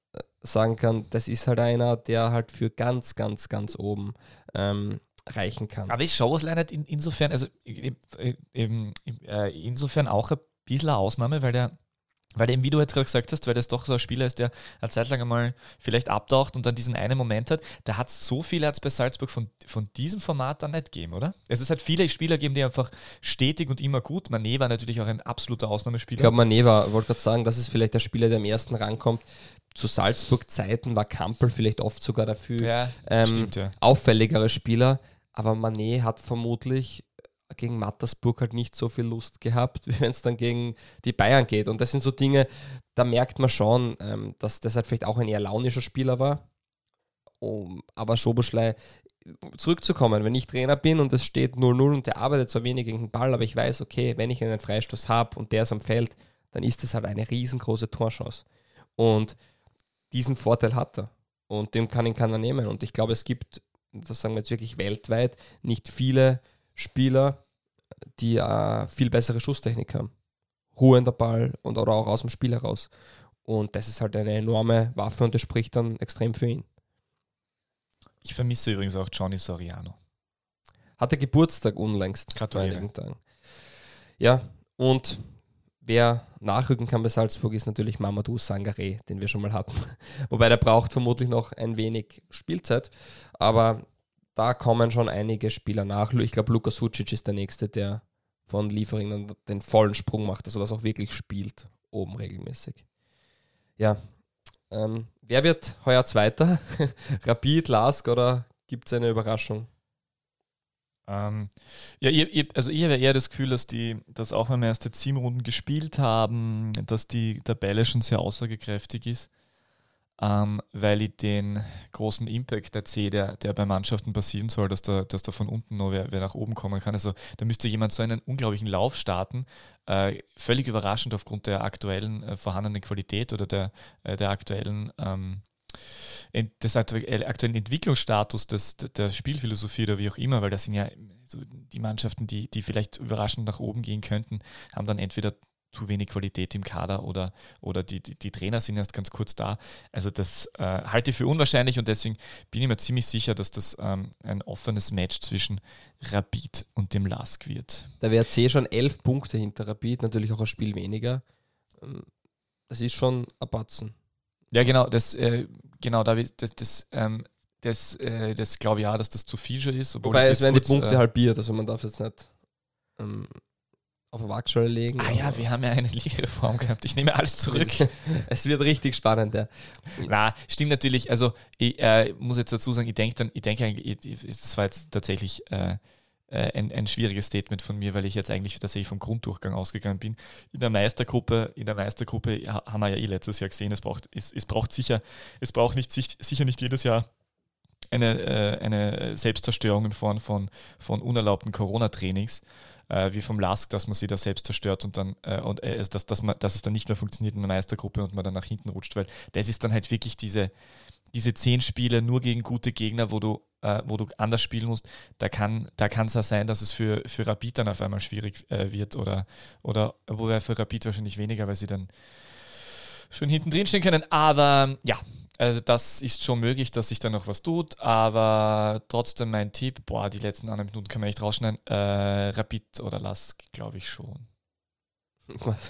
sagen kann, das ist halt einer, der halt für ganz, ganz, ganz oben ähm, reichen kann. Aber ist Szoboszlai nicht in, insofern, also eben, äh, insofern auch ein bisschen eine Ausnahme, weil der Weil eben, wie du jetzt gerade gesagt hast, weil das doch so ein Spieler ist, der eine Zeit lang einmal vielleicht abtaucht und dann diesen einen Moment hat, da hat es so viele hat's bei Salzburg von, von diesem Format dann nicht gegeben, oder? Es ist halt viele Spieler gegeben, die einfach stetig und immer gut. Mané war natürlich auch ein absoluter Ausnahmespieler. Ich glaube, Mané war, wollte gerade sagen, das ist vielleicht der Spieler, der am ersten rankommt. Zu Salzburg-Zeiten war Kampel vielleicht oft sogar dafür ja, ähm, stimmt, ja. auffälligere Spieler, aber Mané hat vermutlich gegen Mattersburg halt nicht so viel Lust gehabt, wie wenn es dann gegen die Bayern geht. Und das sind so Dinge, da merkt man schon, ähm, dass das halt vielleicht auch ein eher launischer Spieler war. Um, aber Szoboszlai, zurückzukommen, wenn ich Trainer bin und es steht null null und der arbeitet zwar wenig gegen den Ball, aber ich weiß, okay, wenn ich einen Freistoß habe und der ist am Feld, dann ist das halt eine riesengroße Torchance. Und diesen Vorteil hat er. Und den kann ihn keiner nehmen. Und ich glaube, es gibt, das sagen wir jetzt wirklich weltweit, nicht viele Spieler, die äh, viel bessere Schusstechnik haben. Ruhender Ball und oder auch aus dem Spiel heraus. Und das ist halt eine enorme Waffe und das spricht dann extrem für ihn. Ich vermisse übrigens auch Johnny Soriano. Hatte Geburtstag unlängst. Gratuliere. Vor einigen Tagen. Ja, und wer nachrücken kann bei Salzburg ist natürlich Mamadou Sangaré, den wir schon mal hatten. Wobei der braucht vermutlich noch ein wenig Spielzeit, aber da kommen schon einige Spieler nach. Ich glaube, Lukas Vucic ist der Nächste, der von Liefering dann den vollen Sprung macht, also das auch wirklich spielt, oben regelmäßig. Ja, ähm, wer wird heuer Zweiter? Rapid, Lask oder gibt es eine Überraschung? Ähm, ja, ich, ich, also ich habe eher das Gefühl, dass die, dass auch wenn wir erste sieben Runden gespielt haben, dass die Tabelle schon sehr aussagekräftig ist. Ähm, weil ich den großen Impact der C, der, der bei Mannschaften passieren soll, dass da, dass da von unten noch wer, wer nach oben kommen kann. Also da müsste jemand so einen unglaublichen Lauf starten, äh, völlig überraschend aufgrund der aktuellen äh, vorhandenen Qualität oder der, äh, der aktuellen ähm, ent, des aktuellen Entwicklungsstatus des, der Spielphilosophie oder wie auch immer, weil das sind ja so die Mannschaften, die, die vielleicht überraschend nach oben gehen könnten, haben dann entweder zu wenig Qualität im Kader oder, oder die, die, die Trainer sind erst ganz kurz da. Also das äh, halte ich für unwahrscheinlich und deswegen bin ich mir ziemlich sicher, dass das ähm, ein offenes Match zwischen Rapid und dem Lask wird. Der W R C schon elf Punkte hinter Rapid, natürlich auch ein Spiel weniger. Das ist schon ein Batzen. Ja, genau, das, äh, genau, da, das, das, ähm, das, äh, das glaube ich auch, dass das zu viel schon ist. Wobei es werden kurz, die Punkte äh, halbiert, also man darf es jetzt nicht ähm, auf eine Waagschale legen. Ah ja, wir haben ja eine Ligareform gehabt. Ich nehme alles zurück. Es wird richtig spannend, ja. Na, stimmt natürlich. Also ich äh, muss jetzt dazu sagen, ich denke dann, ich denke eigentlich, das war jetzt tatsächlich äh, ein, ein schwieriges Statement von mir, weil ich jetzt eigentlich tatsächlich vom Grunddurchgang ausgegangen bin. In der Meistergruppe, in der Meistergruppe haben wir ja eh letztes Jahr gesehen, es braucht, es, es braucht sicher, es braucht nicht sicher nicht jedes Jahr eine, äh, eine Selbstzerstörung in Form von, von unerlaubten Corona-Trainings, äh, wie vom Lask, dass man sie da selbst zerstört und dann äh, und äh, dass, dass, man, dass es dann nicht mehr funktioniert in der Meistergruppe und man dann nach hinten rutscht, weil das ist dann halt wirklich diese, diese zehn Spiele nur gegen gute Gegner, wo du, äh, wo du anders spielen musst. Da kann da kann es auch sein, dass es für, für Rapid dann auf einmal schwierig äh, wird oder, oder wobei für Rapid wahrscheinlich weniger, weil sie dann schon hinten drin stehen können, aber ja, also das ist schon möglich, dass sich da noch was tut, aber trotzdem mein Tipp, boah, die letzten anderthalb Minuten kann man echt rausschneiden, äh, Rapid oder Lask, glaube ich schon. Was?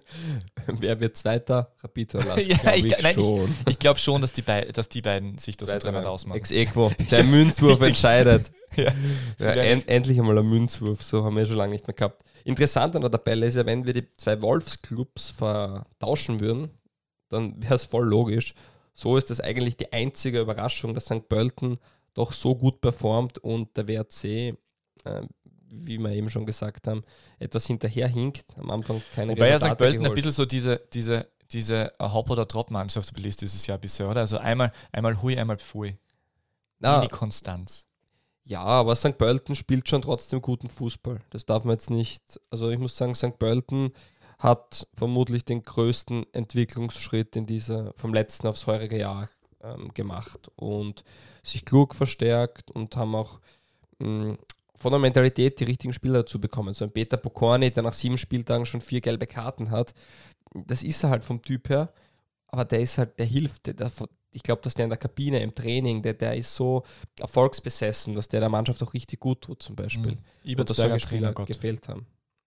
Wer wird Zweiter? Rapid oder Lask? Ja, Glaub ich, ich, nein, schon. ich, ich glaube schon, dass die, Be- dass die beiden sich das untereinander ausmachen. Ex equo. Der Münzwurf entscheidet. Ja. Ja, end, endlich einmal ein Münzwurf, so haben wir schon lange nicht mehr gehabt. Interessant an der Tabelle ist ja, wenn wir die zwei Wolfsclubs vertauschen würden, dann wäre es voll logisch. So ist das eigentlich die einzige Überraschung, dass Sankt Pölten doch so gut performt und der W R C, äh, wie wir eben schon gesagt haben, etwas hinterherhinkt. Am Anfang keine Wobei ja Resultate Sankt Pölten geholt. ein bisschen so diese, diese, diese Haupt- oder Drop-Mannschaft ist dieses Jahr bisher, oder? Also einmal, einmal Hui, einmal Pfui. Na, Wenig Konstanz. Ja, aber Sankt Pölten spielt schon trotzdem guten Fußball. Das darf man jetzt nicht. Also ich muss sagen, Sankt Pölten hat vermutlich den größten Entwicklungsschritt in dieser, vom letzten aufs heurige Jahr ähm, gemacht und sich klug verstärkt und haben auch mh, von der Mentalität die richtigen Spieler dazu bekommen. So ein Peter Pokorny, der nach sieben Spieltagen schon vier gelbe Karten hat, das ist er halt vom Typ her, aber der ist halt, der hilft, der, ich glaube, dass der in der Kabine, im Training, der, der ist so erfolgsbesessen, dass der der Mannschaft auch richtig gut tut, zum Beispiel. Mhm. Ibertsberger Trainergott. gefehlt haben.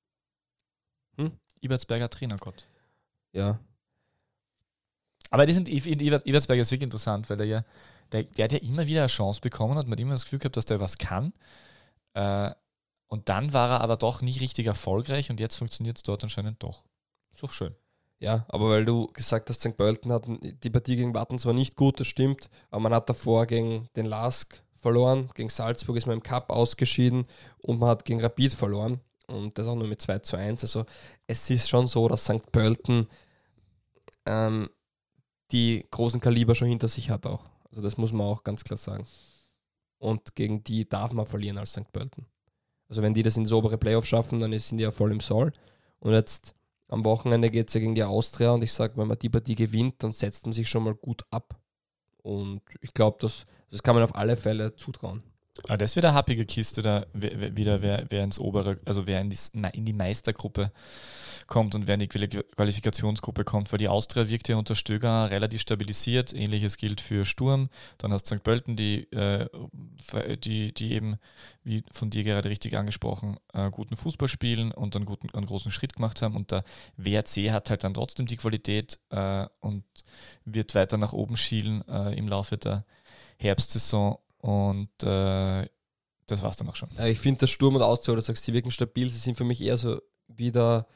Hm? Ibertsberger Trainergott. Ja. Aber die sind, Ibertsberger ist wirklich interessant, weil der ja, der, der hat ja immer wieder eine Chance bekommen, hat man immer das Gefühl gehabt, dass der was kann. Äh, und dann war er aber doch nicht richtig erfolgreich und jetzt funktioniert es dort anscheinend doch. Ist doch schön. Ja, aber weil du gesagt hast, Sankt Pölten hat die Partie gegen Watten zwar nicht gut, das stimmt, aber man hat davor gegen den Lask verloren, gegen Salzburg ist man im Cup ausgeschieden und man hat gegen Rapid verloren und das auch nur mit zwei zu eins. Also es ist schon so, dass Sankt Pölten ähm, die großen Kaliber schon hinter sich hat auch. Also das muss man auch ganz klar sagen. Und gegen die darf man verlieren als Sankt Pölten. Also wenn die das ins obere Playoff schaffen, dann sind die ja voll im Soll. Und jetzt am Wochenende geht es ja gegen die Austria und ich sage, wenn man die Partie gewinnt, dann setzt man sich schon mal gut ab. Und ich glaube, das, das kann man auf alle Fälle zutrauen. Aber das ist wieder eine happige Kiste, da wieder wer, wer ins obere, also wer in die, in die Meistergruppe kommt und wer in die Qualifikationsgruppe kommt, weil die Austria wirkt ja unter Stöger relativ stabilisiert. Ähnliches gilt für Sturm. Dann hast du Sankt Pölten, die, äh, die, die eben, wie von dir gerade richtig angesprochen, äh, guten Fußball spielen und einen, guten, einen großen Schritt gemacht haben. Und der W R C hat halt dann trotzdem die Qualität äh, und wird weiter nach oben schielen äh, im Laufe der Herbstsaison. Und äh, das war's dann auch schon. Ich finde, das Sturm und Austria, du sagst, sie wirken stabil, sie sind für mich eher so wieder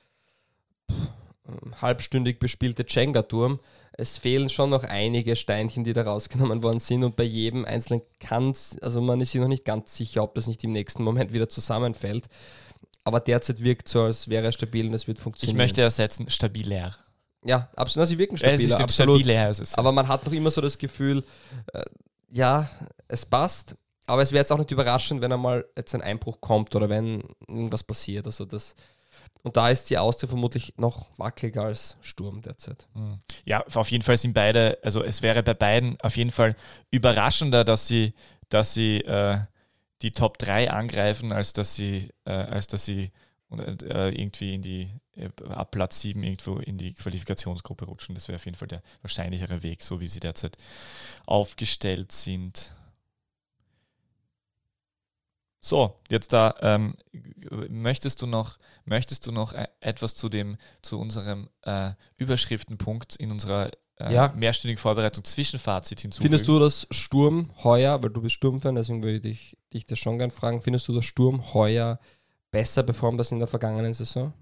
pff, halbstündig bespielte Jenga-Turm. Es fehlen schon noch einige Steinchen, die da rausgenommen worden sind und bei jedem einzelnen kann es, also man ist sich noch nicht ganz sicher, ob das nicht im nächsten Moment wieder zusammenfällt. Aber derzeit wirkt es so, als wäre er stabil und es wird funktionieren. Ich möchte ersetzen, stabiler. Ja, absolut, sie wirken stabiler, ja, es ist absolut. Stabiler ist es. Aber man hat noch immer so das Gefühl, äh, ja, es passt, aber es wäre jetzt auch nicht überraschend, wenn einmal jetzt ein Einbruch kommt oder wenn irgendwas passiert. Also das, und da ist die Austria vermutlich noch wackeliger als Sturm derzeit. Ja, auf jeden Fall sind beide, also es wäre bei beiden auf jeden Fall überraschender, dass sie, dass sie äh, die Top drei angreifen, als dass sie, äh, als dass sie äh, irgendwie in die äh, ab Platz sieben irgendwo in die Qualifikationsgruppe rutschen. Das wäre auf jeden Fall der wahrscheinlichere Weg, so wie sie derzeit aufgestellt sind. So, jetzt da ähm, möchtest du noch, möchtest du noch etwas zu dem, zu unserem äh, Überschriftenpunkt in unserer äh, ja. mehrstündigen Vorbereitung Zwischenfazit hinzufügen? Findest du, dass Sturm heuer, weil du bist Sturmfan, deswegen würde ich dich das schon gerne fragen, findest du, dass Sturm heuer besser performt als in der vergangenen Saison?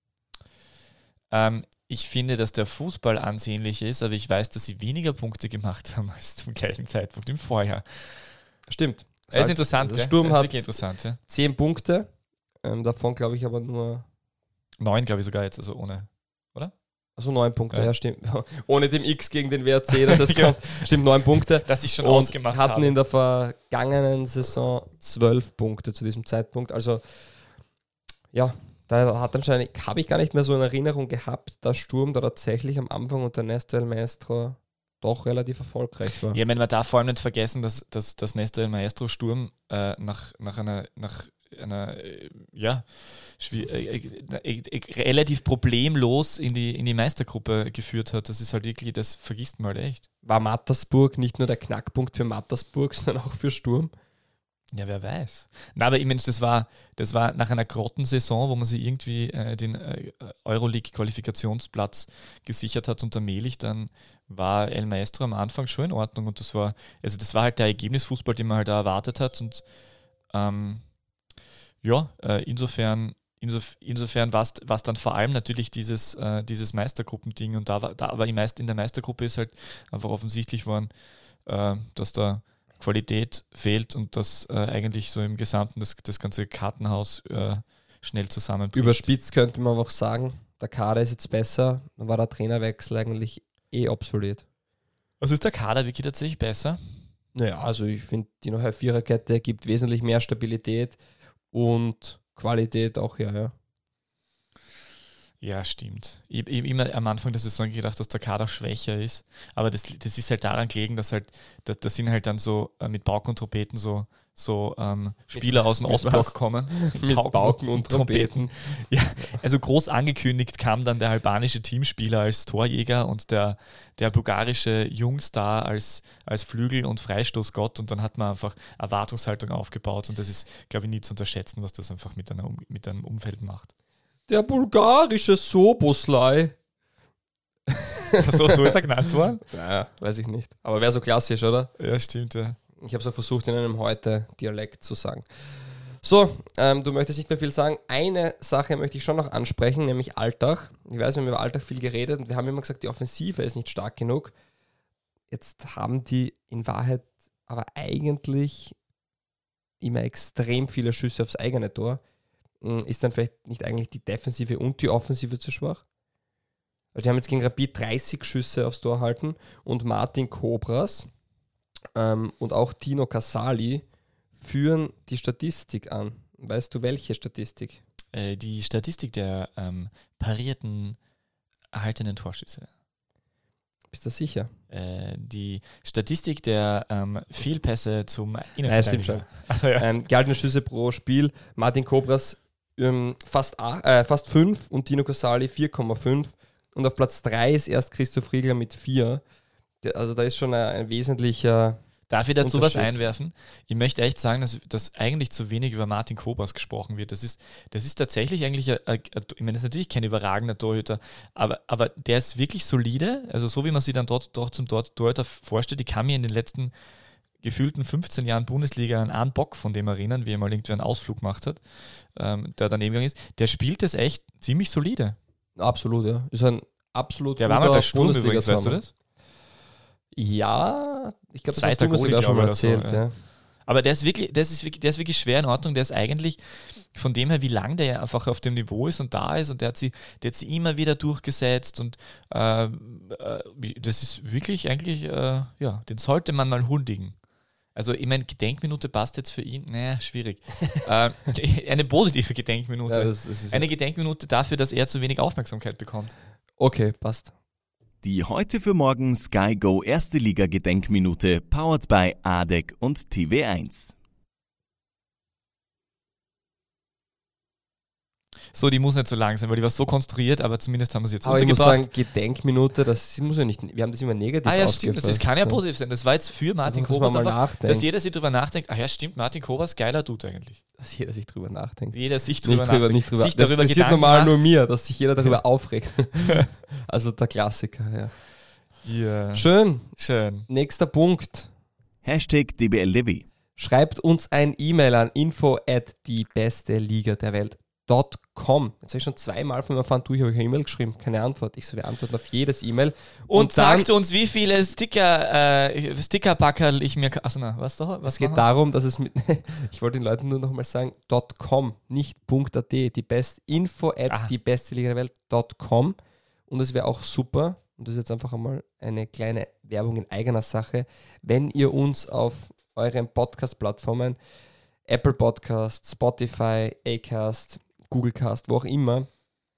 Ähm, ich finde, dass der Fußball ansehnlich ist, aber ich weiß, dass sie weniger Punkte gemacht haben als zum gleichen Zeitpunkt im Vorjahr. Stimmt. Das ist interessant, der Sturm das ist hat wirklich interessant, ja. zehn Punkte, ähm, davon glaube ich aber nur neun, glaube ich sogar jetzt, also ohne, oder? Also neun Punkte, ja, ja stimmt. Ohne dem X gegen den W R C, das heißt, kommt, stimmt, neun Punkte. Dass ich schon und ausgemacht hatten habe. in der vergangenen Saison zwölf Punkte zu diesem Zeitpunkt. Also ja, da hat anscheinend, habe ich gar nicht mehr so in Erinnerung gehabt, dass Sturm da tatsächlich am Anfang unter Nesto El Maestro doch relativ erfolgreich war. Ja, man darf vor allem nicht vergessen, dass, dass, dass Nesto El Maestro Sturm äh, nach, nach einer, nach einer äh, ja, äh, äh, relativ problemlos in die, in die Meistergruppe geführt hat. Das ist halt wirklich, das vergisst man halt echt. War Mattersburg nicht nur der Knackpunkt für Mattersburg, sondern auch für Sturm? Ja, wer weiß. Na, aber ich meine, das war, das war nach einer Grottensaison, wo man sich irgendwie äh, den äh, Euroleague-Qualifikationsplatz gesichert hat unter Melich, dann war El Maestro am Anfang schon in Ordnung und das war, also das war halt der Ergebnisfußball, den man halt da erwartet hat und ähm, ja, äh, insofern, insof, insofern war es dann vor allem natürlich dieses, äh, dieses Meistergruppending und da war, da, aber in der Meistergruppe ist halt einfach offensichtlich worden, äh, dass da Qualität fehlt und dass äh, eigentlich so im Gesamten das, das ganze Kartenhaus äh, schnell zusammenbricht. Überspitzt könnte man auch sagen, der Kader ist jetzt besser, dann war der Trainerwechsel eigentlich eh obsolet. Also ist der Kader wirklich tatsächlich besser? Naja, also ich finde, die neue Viererkette gibt wesentlich mehr Stabilität und Qualität auch her, ja. Ja, stimmt. Ich habe immer am Anfang der Saison gedacht, dass der Kader schwächer ist, aber das, das ist halt daran gelegen, dass halt, das, das sind halt dann so äh, mit Pauken und Trompeten so, so ähm, Spieler aus dem mit Ostblock was? kommen. Mit Pauken und Trompeten. Ja, also groß angekündigt kam dann der albanische Teamspieler als Torjäger und der, der bulgarische Jungstar als, als Flügel- und Freistoßgott, und dann hat man einfach Erwartungshaltung aufgebaut, und das ist, glaube ich, nie zu unterschätzen, was das einfach mit, einer, Um- mit einem Umfeld macht. Der bulgarische Soboslai. So, so ist er genannt worden? Naja, weiß ich nicht. Aber wäre so klassisch, oder? Ja, stimmt, ja. Ich habe es auch versucht, in einem Heute-Dialekt zu sagen. So, ähm, du möchtest nicht mehr viel sagen. Eine Sache möchte ich schon noch ansprechen, nämlich Alltag. Ich weiß, wir haben über Alltag viel geredet und wir haben immer gesagt, die Offensive ist nicht stark genug. Jetzt haben die in Wahrheit aber eigentlich immer extrem viele Schüsse aufs eigene Tor. Ist dann vielleicht nicht eigentlich die Defensive und die Offensive zu schwach? Also die haben jetzt gegen Rapid dreißig Schüsse aufs Tor erhalten und Martin Kobras ähm, und auch Tino Casali führen die Statistik an. Weißt du, welche Statistik? Äh, die Statistik der ähm, parierten, erhaltenen Torschüsse. Bist du sicher? Äh, die Statistik der ähm, Fehlpässe zum Nein, stimmt schon. Also, ja. Ähm, gehaltene Schüsse pro Spiel. Martin Kobras ähm, fast, ach- äh, fast fünf und Tino Casali vier Komma fünf. Und auf Platz drei ist erst Christoph Riegler mit vier. Also da ist schon ein, ein wesentlicher... Darf ich dazu was Unterschied. einwerfen? Ich möchte echt sagen, dass, dass eigentlich zu wenig über Martin Kobras gesprochen wird. Das ist, das ist tatsächlich eigentlich, ein, ein, ein, ich meine, das ist natürlich kein überragender Torhüter, aber, aber der ist wirklich solide. Also so wie man sich dann dort, dort zum dort Torhüter vorstellt. Ich kann mir in den letzten gefühlten fünfzehn Jahren Bundesliga an einen Bock von dem erinnern, wie er mal irgendwie einen Ausflug gemacht hat, ähm, der daneben gegangen ist. Der spielt das echt ziemlich solide. Absolut, ja. Ist ein absolut Der war mal bei Sturm Bundesliga übrigens, weißt du das? Ja, ich glaube, das hast Zweiter du mir Goalie, sogar schon mal glaube ich, oder erzählt. so, ja. ja. Aber der ist, wirklich, der, ist wirklich, der ist wirklich schwer in Ordnung. Der ist eigentlich von dem her, wie lange der einfach auf dem Niveau ist und da ist, und der hat sie, der hat sie immer wieder durchgesetzt, und äh, äh, das ist wirklich eigentlich, äh, ja, den sollte man mal huldigen. Also ich meine, Gedenkminute passt jetzt für ihn, naja, schwierig. äh, eine positive Gedenkminute. Ja, das, das ist eine Gedenkminute dafür, dass er zu wenig Aufmerksamkeit bekommt. okay, passt. Die heute für morgen Sky Go Erste Liga Gedenkminute powered by A D E C und T V eins. So, die muss nicht so lang sein, weil die war so konstruiert, aber zumindest haben wir sie jetzt Aber ich muss untergebracht. sagen, Gedenkminute, das muss ja nicht, wir haben das immer negativ Ah ja, stimmt, das aufgefasst, kann ja so. positiv sein. Das war jetzt für Martin Dass man Kobras, mal einfach, nachdenkt. dass jeder sich drüber nachdenkt, ah ja, stimmt, Martin Kobras, geiler Dude eigentlich. Dass jeder sich drüber nachdenkt. Jeder sich drüber Nicht drüber, nachdenkt. nicht drüber. Sich Das darüber passiert Gedanken normal macht. nur mir, dass sich jeder darüber aufregt. Also der Klassiker, ja. Ja. Schön. Schön. Nächster Punkt. Hashtag D B L D W. Schreibt uns ein E-Mail an info at die beste Liga der Welt Punkt com. Jetzt habe ich schon zweimal von mir erfahren, du, ich habe euch eine E-Mail geschrieben, keine Antwort. Ich so, wir antworten auf jedes E-Mail. Und, Und dann- sagt uns, wie viele Sticker, äh, Stickerbackerl ich mir... Achso, na, was doch? Was Es geht machen? darum, dass es mit, ich wollte den Leuten nur nochmal sagen, .com, nicht .at, die best, info at Ah. die beste Liga der Welt Punkt com. Und es wäre auch super, und das ist jetzt einfach einmal eine kleine Werbung in eigener Sache, wenn ihr uns auf euren Podcast-Plattformen, Apple Podcast, Spotify, Acast, Googlecast, wo auch immer,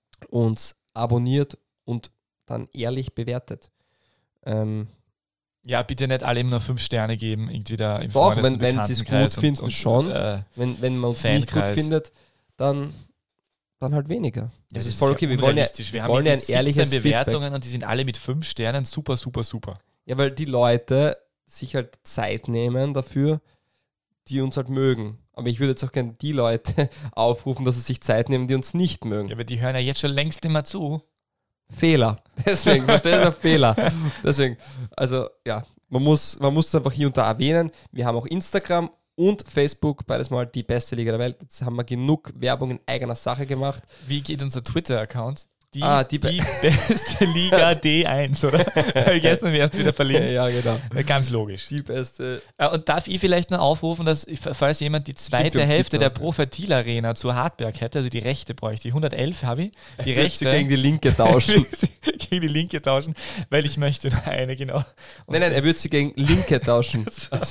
uns abonniert und dann ehrlich bewertet. Ähm, Ja, bitte nicht alle immer nur fünf Sterne geben, irgendwie da im Doch, Freundes- wenn- und wenn sie es gut Bekanntenkreis und- finden, und, schon. Äh, wenn, wenn man uns nicht gut Fankreis. findet, dann, dann halt weniger. Das, ja, ist voll okay. ja Wir wollen ja, unrealistisch. wir haben wollen ja ein irgendwie ehrliches siebzehn Feedback. Bewertungen und die sind alle mit fünf Sternen super, super, super. Ja, weil die Leute sich halt Zeit nehmen dafür, die uns halt mögen. Aber ich würde jetzt auch gerne die Leute aufrufen, dass sie sich Zeit nehmen, die uns nicht mögen. Ja, aber die hören ja jetzt schon längst nicht mehr zu. Fehler. Deswegen, verstehst du, Fehler. Deswegen, also ja, man muss, man muss es einfach hier und da erwähnen. Wir haben auch Instagram und Facebook, beides mal die beste Liga der Welt. Jetzt haben wir genug Werbung in eigener Sache gemacht. Wie geht unser Twitter-Account? Die, Ah, die die, Be- beste Liga D eins, oder? Habe ich gestern erst wieder verlinkt. Ja, genau. Ganz logisch. Die beste. Äh, Und darf ich vielleicht nur aufrufen, dass, falls jemand die zweite Gibt ja Hälfte der TikTok. Profertil Arena zu Hartberg hätte, also die rechte bräuchte ich, hundertelf habe ich, die Ich würde rechte sie gegen die linke tauschen. gegen die linke tauschen, weil ich möchte nur eine, genau. Und Nein, nein, er würde sie gegen linke tauschen.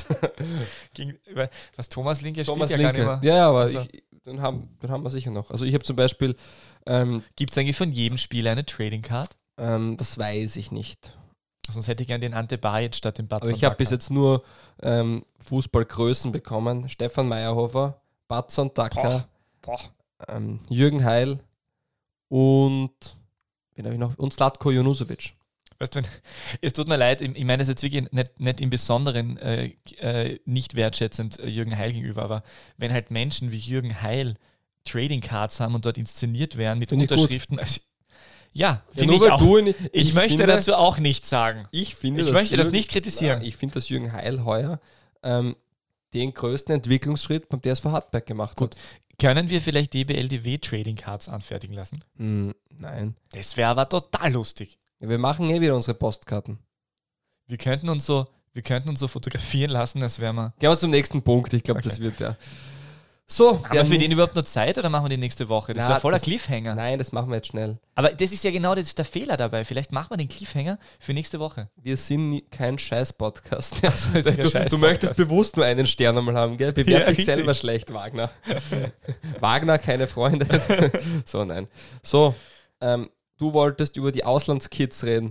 gegen, weil- was Thomas Linke Thomas spielt ja Linke. gar nicht Ja, mehr. ja, aber Also- ich, dann, haben, dann haben wir sicher noch. Also ich habe zum Beispiel, ähm, Gibt es eigentlich von jedem Spieler eine Trading Card? ähm, das weiß ich nicht. Sonst hätte ich gerne den Ante Bajic statt dem Batson. Aber ich habe bis jetzt nur ähm, Fußballgrößen bekommen. Stefan Meyerhofer, Batson Dacker, ähm, Jürgen Heil und wen habe ich noch? Und Zlatko Junusovic. Weißt du, es tut mir leid, ich meine das jetzt wirklich nicht, nicht im Besonderen äh, äh, nicht wertschätzend äh, Jürgen Heil gegenüber, aber wenn halt Menschen wie Jürgen Heil Trading Cards haben und dort inszeniert werden mit Find ich Unterschriften, also, ja, Ja, finde nur ich weil auch. du ihn- Ich, ich möchte finde- dazu auch nichts sagen. Ich finde, Ich dass möchte das Jürgen- nicht kritisieren. Nein, ich finde, dass Jürgen Heil heuer ähm, den größten Entwicklungsschritt beim T S V Hartberg gemacht Gut. hat. Können wir vielleicht D B L D W Trading Cards anfertigen lassen? Hm, nein. Das wäre aber total lustig. Ja, wir machen eh wieder unsere Postkarten. Wir könnten uns so, wir könnten uns so fotografieren lassen, als wären wir. Gehen wir zum nächsten Punkt. Ich glaube, Okay. das wird ja. So, Haben wir für den überhaupt noch Zeit oder machen wir den nächste Woche? Das Na, wäre voller das- Cliffhanger. Nein, das machen wir jetzt schnell. Aber das ist ja genau das, der Fehler dabei. Vielleicht machen wir den Cliffhanger für nächste Woche. Wir sind nie- kein Scheiß-Podcast. Also, wir sind du, kein Scheiß-Podcast. du möchtest bewusst nur einen Stern einmal haben, gell? Bewerb Ja, dich richtig. selber schlecht, Wagner. Wagner, keine Freunde. So, nein. So, ähm, du wolltest über die Auslandskids reden.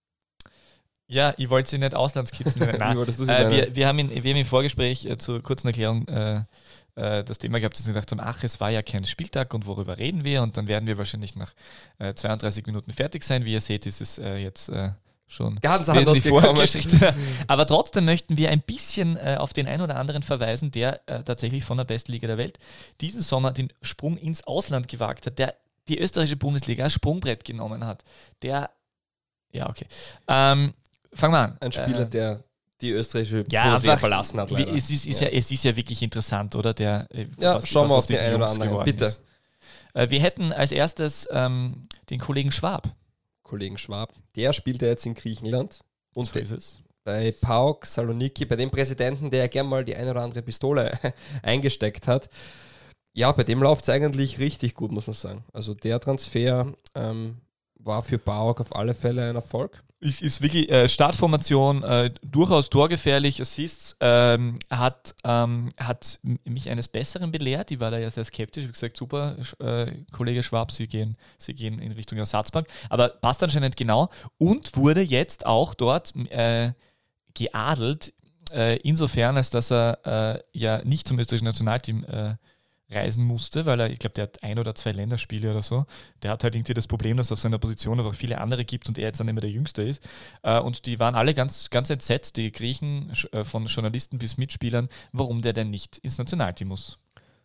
Ja, ich wollte sie nicht Auslandskids nennen. Wie Nein. wolltest du sie Äh, nennen? wir, wir, haben in, wir haben im Vorgespräch äh, zur kurzen Erklärung äh, äh, das Thema gehabt, dass wir gedacht haben, ach, es war ja kein Spieltag und worüber reden wir? Und dann werden wir wahrscheinlich nach äh, zweiunddreißig Minuten fertig sein. Wie ihr seht, ist es äh, jetzt äh, schon Ganz werden anders die gekommen. Vorgeschichte. Aber trotzdem möchten wir ein bisschen äh, auf den einen oder anderen verweisen, der äh, tatsächlich von der besten Liga der Welt diesen Sommer den Sprung ins Ausland gewagt hat, der die österreichische Bundesliga als Sprungbrett genommen hat. Der, ja, okay. Ähm, fangen wir an. Ein Spieler, Äh, der die österreichische ja, Bundesliga einfach, verlassen hat. wie- Leider. es, ist, ist ja. es ist ja wirklich interessant, oder? Der, äh, Ja, was- schauen was wir aus auf den diesen einen oder Jungs anderen. geworden Bitte. ist. Äh, wir hätten als erstes ähm, den Kollegen Schwab. Kollegen Schwab. Der spielt ja jetzt in Griechenland. Und So ist es. bei PAOK Saloniki, bei dem Präsidenten, der ja gern mal die eine oder andere Pistole eingesteckt hat. Ja, bei dem läuft es eigentlich richtig gut, muss man sagen. Also der Transfer ähm, war für PAOK auf alle Fälle ein Erfolg. Ist, ist wirklich äh, Startformation, äh, durchaus torgefährlich, Assists, ähm, hat, ähm, hat m- mich eines Besseren belehrt. Ich war da ja sehr skeptisch. Wie gesagt, super, Sch- äh, Kollege Schwab, Sie gehen, Sie gehen in Richtung Ersatzbank. Aber passt anscheinend genau und wurde jetzt auch dort äh, geadelt, äh, insofern, als dass er äh, ja nicht zum österreichischen Nationalteam äh, reisen musste, weil er, ich glaube, der hat ein oder zwei Länderspiele oder so. Der hat halt irgendwie das Problem, dass es auf seiner Position einfach viele andere gibt und er jetzt dann immer der Jüngste ist. Äh, und die waren alle ganz, ganz entsetzt, die Griechen, sch- äh, von Journalisten bis Mitspielern, warum der denn nicht ins Nationalteam muss.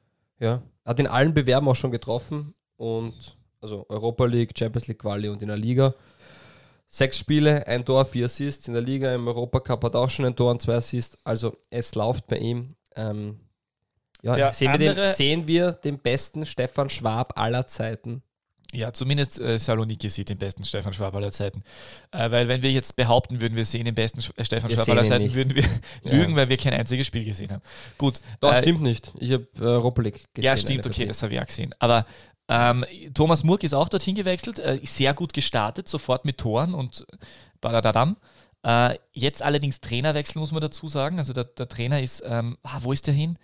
Ja, hat in allen Bewerben auch schon getroffen und also Europa League, Champions League Quali und in der Liga. Sechs Spiele, ein Tor, vier Assists in der Liga. Im Europacup hat er auch schon ein Tor und zwei Assists. Also es läuft bei ihm. Ähm, ja, Der sehen wir, den, andere- sehen wir den besten Stefan Schwab aller Zeiten. Ja, zumindest äh, Saloniki sieht den besten Stefan Schwab aller Zeiten. Äh, weil wenn wir jetzt behaupten würden, wir sehen den besten Sch- äh, Stefan Wir Schwab sehen aller ihn Zeiten, nicht. würden wir Ja. lügen, weil wir kein einziges Spiel gesehen haben. Gut. Doch, äh, stimmt nicht. Ich habe äh, Europa League gesehen. Ja, eine stimmt, okay, Partie. das habe ich auch gesehen. Aber ähm, Thomas Murk ist auch dorthin gewechselt, äh, sehr gut gestartet, sofort mit Toren und Badadadam. Äh, jetzt allerdings Trainerwechsel, muss man dazu sagen. Also der, der Trainer ist, ähm, ah, wo ist der hin?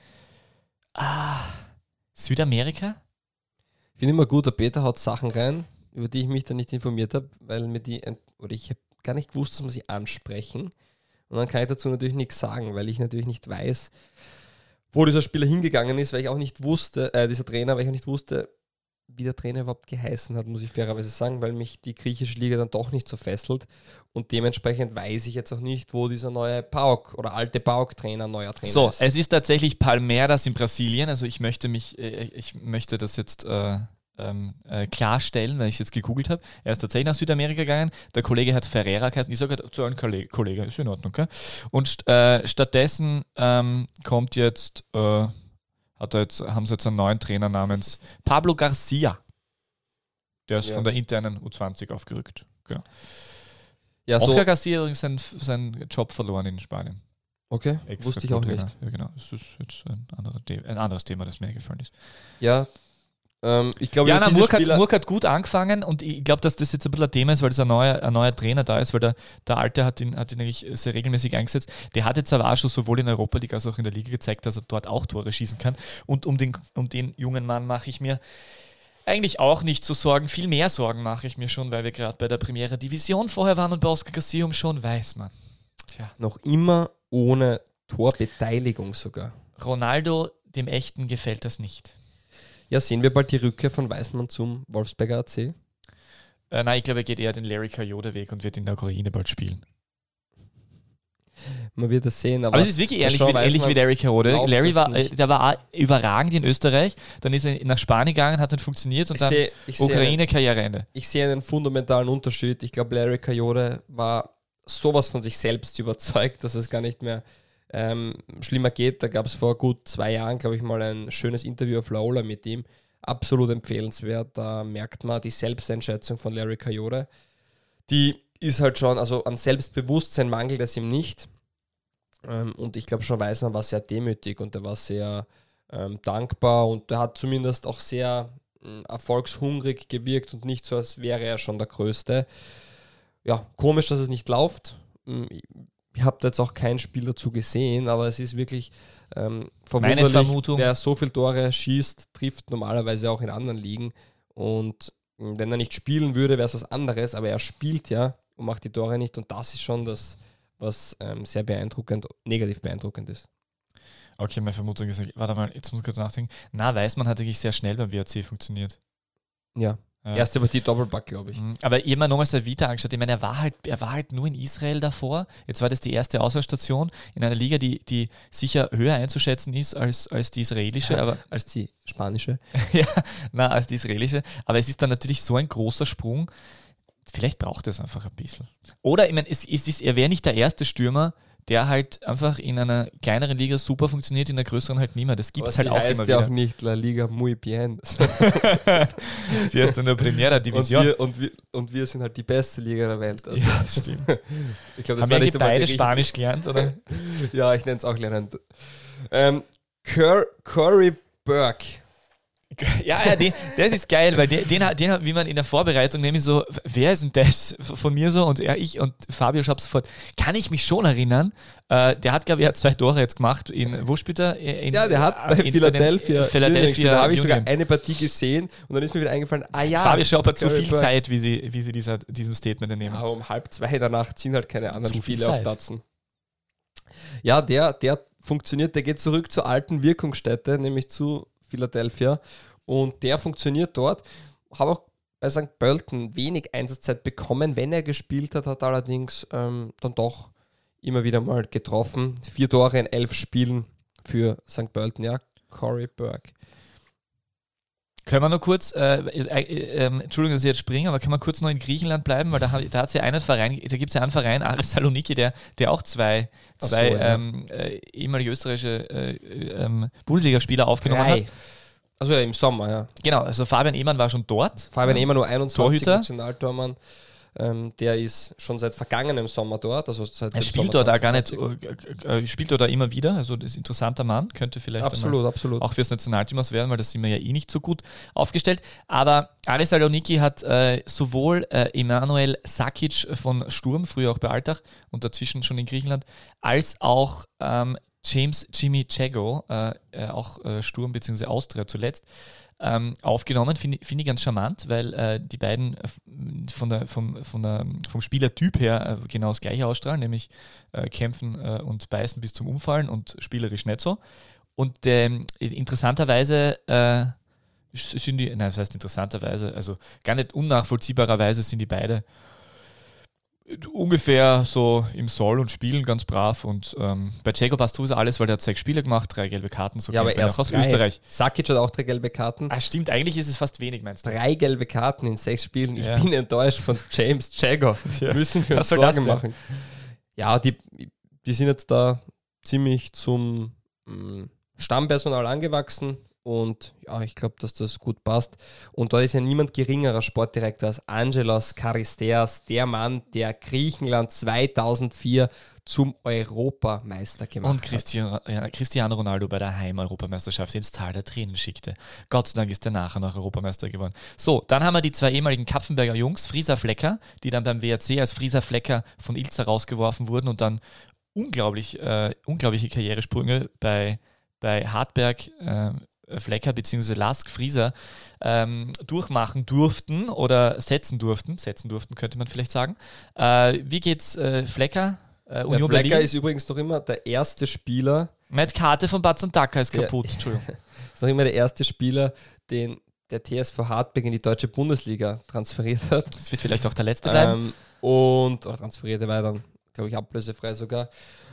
Ah, Südamerika? Ich finde immer gut, der Peter haut Sachen rein, über die ich mich dann nicht informiert habe, weil mir die, ent- oder ich habe gar nicht gewusst, dass man sie ansprechen. Und dann kann ich dazu natürlich nichts sagen, weil ich natürlich nicht weiß, wo dieser Spieler hingegangen ist, weil ich auch nicht wusste, äh, dieser Trainer, weil ich auch nicht wusste, wie der Trainer überhaupt geheißen hat, muss ich fairerweise sagen, weil mich die griechische Liga dann doch nicht so fesselt. Und dementsprechend weiß ich jetzt auch nicht, wo dieser neue PAOK oder alte PAOK-Trainer, neuer Trainer So, ist. es ist tatsächlich Palmeiras in Brasilien. Also ich möchte mich, äh, ich möchte das jetzt äh, ähm, äh, klarstellen, weil ich es jetzt gegoogelt habe. Er ist tatsächlich nach Südamerika gegangen. Der Kollege hat Ferreira geheißen. Ich sage zu einem Kollege, Kollege, ist in Ordnung, okay? Und st äh, stattdessen ähm, kommt jetzt, äh, hat er jetzt, haben sie jetzt einen neuen Trainer namens Pablo Garcia. Der ist Ja. von der internen U zwanzig aufgerückt. Genau. ja, so, Oscar Garcia hat übrigens seinen, seinen Job verloren in Spanien. okay, wusste ich auch Ex-Co-Trainer. nicht. Ja, genau. Das ist jetzt ein, anderer The ein anderes Thema, das mir gefallen ist. Ja, ähm, ich glaube, Ja, über na, diese Murk hat, Spieler- Murk hat gut angefangen und ich glaube, dass das jetzt ein bisschen ein Thema ist, weil das ein neuer, ein neuer Trainer da ist, weil der, der Alte hat ihn, hat ihn eigentlich sehr regelmäßig eingesetzt. Der hat jetzt aber auch schon sowohl in der Europa League als auch in der Liga gezeigt, dass er dort auch Tore schießen kann. Und um den, um den jungen Mann mache ich mir eigentlich auch nicht so Sorgen. Viel mehr Sorgen mache ich mir schon, weil wir gerade bei der Primera Division vorher waren und bei Oscar Garcia schon weiß man. Tja. Noch immer ohne Torbeteiligung sogar. Ronaldo, dem Echten, gefällt das nicht. Ja, sehen wir bald die Rückkehr von Weißmann zum Wolfsberger A C? Äh, nein, ich glaube, er geht eher den Larry Coyote-Weg und wird in der Ukraine bald spielen. Man wird es sehen. Aber, aber es ist wirklich ehrlich, wie, ähnlich wie Larry Coyote. Larry war, äh, der war auch überragend in Österreich, dann ist er nach Spanien gegangen, hat dann funktioniert und ich dann seh, Ukraine-Karriereende. Ich sehe einen fundamentalen Unterschied. Ich glaube, Larry Coyote war sowas von sich selbst überzeugt, dass es gar nicht mehr ähm, schlimmer geht. Da gab es vor gut zwei Jahren, glaube ich, mal ein schönes Interview auf Laola mit ihm. Absolut empfehlenswert. Da merkt man die Selbsteinschätzung von Larry Coyote. Die ist halt schon, also an Selbstbewusstsein mangelt es ihm nicht. Ähm, und ich glaube schon, Weißmann war sehr demütig und er war sehr ähm, dankbar und er hat zumindest auch sehr äh, erfolgshungrig gewirkt und nicht so, als wäre er schon der Größte. Ja, komisch, dass es nicht läuft. Ich habe jetzt auch kein Spiel dazu gesehen, aber es ist wirklich ähm, verwunderlich, meine Vermutung, wer so viele Tore schießt, trifft normalerweise auch in anderen Ligen. Und wenn er nicht spielen würde, wäre es was anderes, aber er spielt ja und macht die Tore nicht und das ist schon das, was ähm, sehr beeindruckend, negativ beeindruckend ist. Okay, meine Vermutung ist, warte mal, jetzt muss ich kurz nachdenken. Na, Weißmann hat eigentlich sehr schnell beim W R C funktioniert. Ja, ja. Erste Partie Doppelpack, glaube ich. Aber ich habe mir nochmal seine Vita angeschaut. Ich meine, er war, halt, er war halt nur in Israel davor. Jetzt war das die erste Auswahlstation in einer Liga, die, die sicher höher einzuschätzen ist als, als die israelische. Ja, aber als die spanische. ja, na, als die israelische. Aber es ist dann natürlich so ein großer Sprung. Vielleicht braucht es einfach ein bisschen. Oder, ich meine, es, es ist, er wäre nicht der erste Stürmer, der halt einfach in einer kleineren Liga super funktioniert, in der größeren halt nicht mehr. Das gibt es halt auch heißt immer ja wieder. auch nicht La Liga muy bien. Sie heißt in der Primera Division. Und wir, und, wir, und wir sind halt die beste Liga der Welt. Also ja, stimmt. Ich glaub, das haben wir eigentlich beide Spanisch gelernt, oder? Ja, ich nenne es auch lernen. Ähm, Cur- Corey Burke. Ja, ja den, das ist geil, weil den, den, den, wie man in der Vorbereitung nämlich so, wer ist denn das von mir so? Und ja, ich und Fabio Schaub sofort, kann ich mich schon erinnern, äh, der hat, glaube ich, er hat zwei Tore jetzt gemacht in, wo spielt er? In, ja, der hat bei in, Philadelphia, in Philadelphia da habe ich Union. sogar eine Partie gesehen und dann ist mir wieder eingefallen, ah ja. Fabio Schaub hat so viel Burke. Zeit, wie sie, wie sie dieser, diesem Statement entnehmen. Ja, um halb zwei in der Nacht sind halt keine anderen Zu viel Spiele auf Zeit. Datsen. Ja, der, der funktioniert, der geht zurück zur alten Wirkungsstätte, nämlich zu Philadelphia. Und der funktioniert dort. Habe auch bei Sankt Pölten wenig Einsatzzeit bekommen. Wenn er gespielt hat, hat er allerdings ähm, dann doch immer wieder mal getroffen. Vier Tore in elf Spielen für Sankt Pölten. Ja, Corey Burke. Können wir noch kurz, äh, äh, äh, Entschuldigung, dass ich jetzt springe, aber können wir kurz noch in Griechenland bleiben, weil da, da hat es ja einen Verein, da gibt es ja einen Verein, Aris Saloniki, der, der auch zwei, zwei so, ja. ähm, äh, ehemalige österreichische äh, ähm, Bundesligaspieler aufgenommen Drei. hat. Also ja, im Sommer, ja. Genau, also Fabian Ehmann war schon dort. Fabian ja. Ehmann nur einundzwanzig, Torhüter. Nationaltormann. Ähm, der ist schon seit vergangenem Sommer dort. Also seit Er dem spielt Sommer dort auch gar nicht, zwanzig äh, äh, spielt dort auch immer wieder, also das ist ein interessanter Mann, könnte vielleicht Absolut, einmal absolut. auch fürs Nationalteam was werden, weil das sind wir ja eh nicht so gut aufgestellt. Aber Aris Saloniki hat äh, sowohl äh, Emanuel Sakic von Sturm, früher auch bei Altach und dazwischen schon in Griechenland, als auch ähm, James Jimmy Jago, äh, äh, auch äh, Sturm bzw. Austria zuletzt, ähm, aufgenommen. Finde find ich ganz charmant, weil äh, die beiden äh, von der, vom, von der, vom Spielertyp her äh, genau das gleiche ausstrahlen, nämlich äh, kämpfen äh, und beißen bis zum Umfallen und spielerisch nicht so. Und ähm, interessanterweise äh, sind die, nein, das heißt interessanterweise, also gar nicht unnachvollziehbarerweise sind die beide ungefähr so im Soll und Spielen ganz brav und ähm, bei Jacob passt sowieso alles, weil der hat sechs Spiele gemacht, drei gelbe Karten, so Ja, aber kennt man ihn erst auch aus drei. Österreich. Sakic hat auch drei gelbe Karten. Ah, stimmt, eigentlich ist es fast wenig, meinst du? Drei gelbe Karten in sechs Spielen. Ich Ja. bin enttäuscht von James Jago. Ja. Müssen wir Was uns soll das Sorgen denn? machen. Ja, die, die sind jetzt da ziemlich zum mh, Stammpersonal angewachsen und ja, ich glaube, dass das gut passt. Und da ist ja niemand geringerer Sportdirektor als Angelos Charisteas, der Mann, der Griechenland zweitausendvier zum Europameister gemacht Und Christian, ja, Cristiano Ronaldo bei der Heim-Europameisterschaft ins Tal der Tränen schickte. Gott sei Dank ist er nachher noch Europameister geworden. So, dann haben wir die zwei ehemaligen Kapfenberger Jungs, Frieser Flecker, die dann beim W R C als Frieser Flecker von Ilza rausgeworfen wurden und dann unglaublich, äh, unglaubliche Karrieresprünge bei, bei Hartberg, äh, Flecker bzw. Lask Frieser ähm, durchmachen durften oder setzen durften. Setzen durften, könnte man vielleicht sagen. Äh, wie geht's äh, Flecker? Äh, Union ja, Flecker Berlin? ist übrigens noch immer der erste Spieler. Matt Karte von Batz und Dacker ist Der- kaputt. Entschuldigung. Ist noch immer der erste Spieler, den der T S V Hartberg in die deutsche Bundesliga transferiert hat. Das wird vielleicht auch der letzte bleiben. Ähm, und, oder transferiert, der war dann, glaube ich, ablösefrei sogar.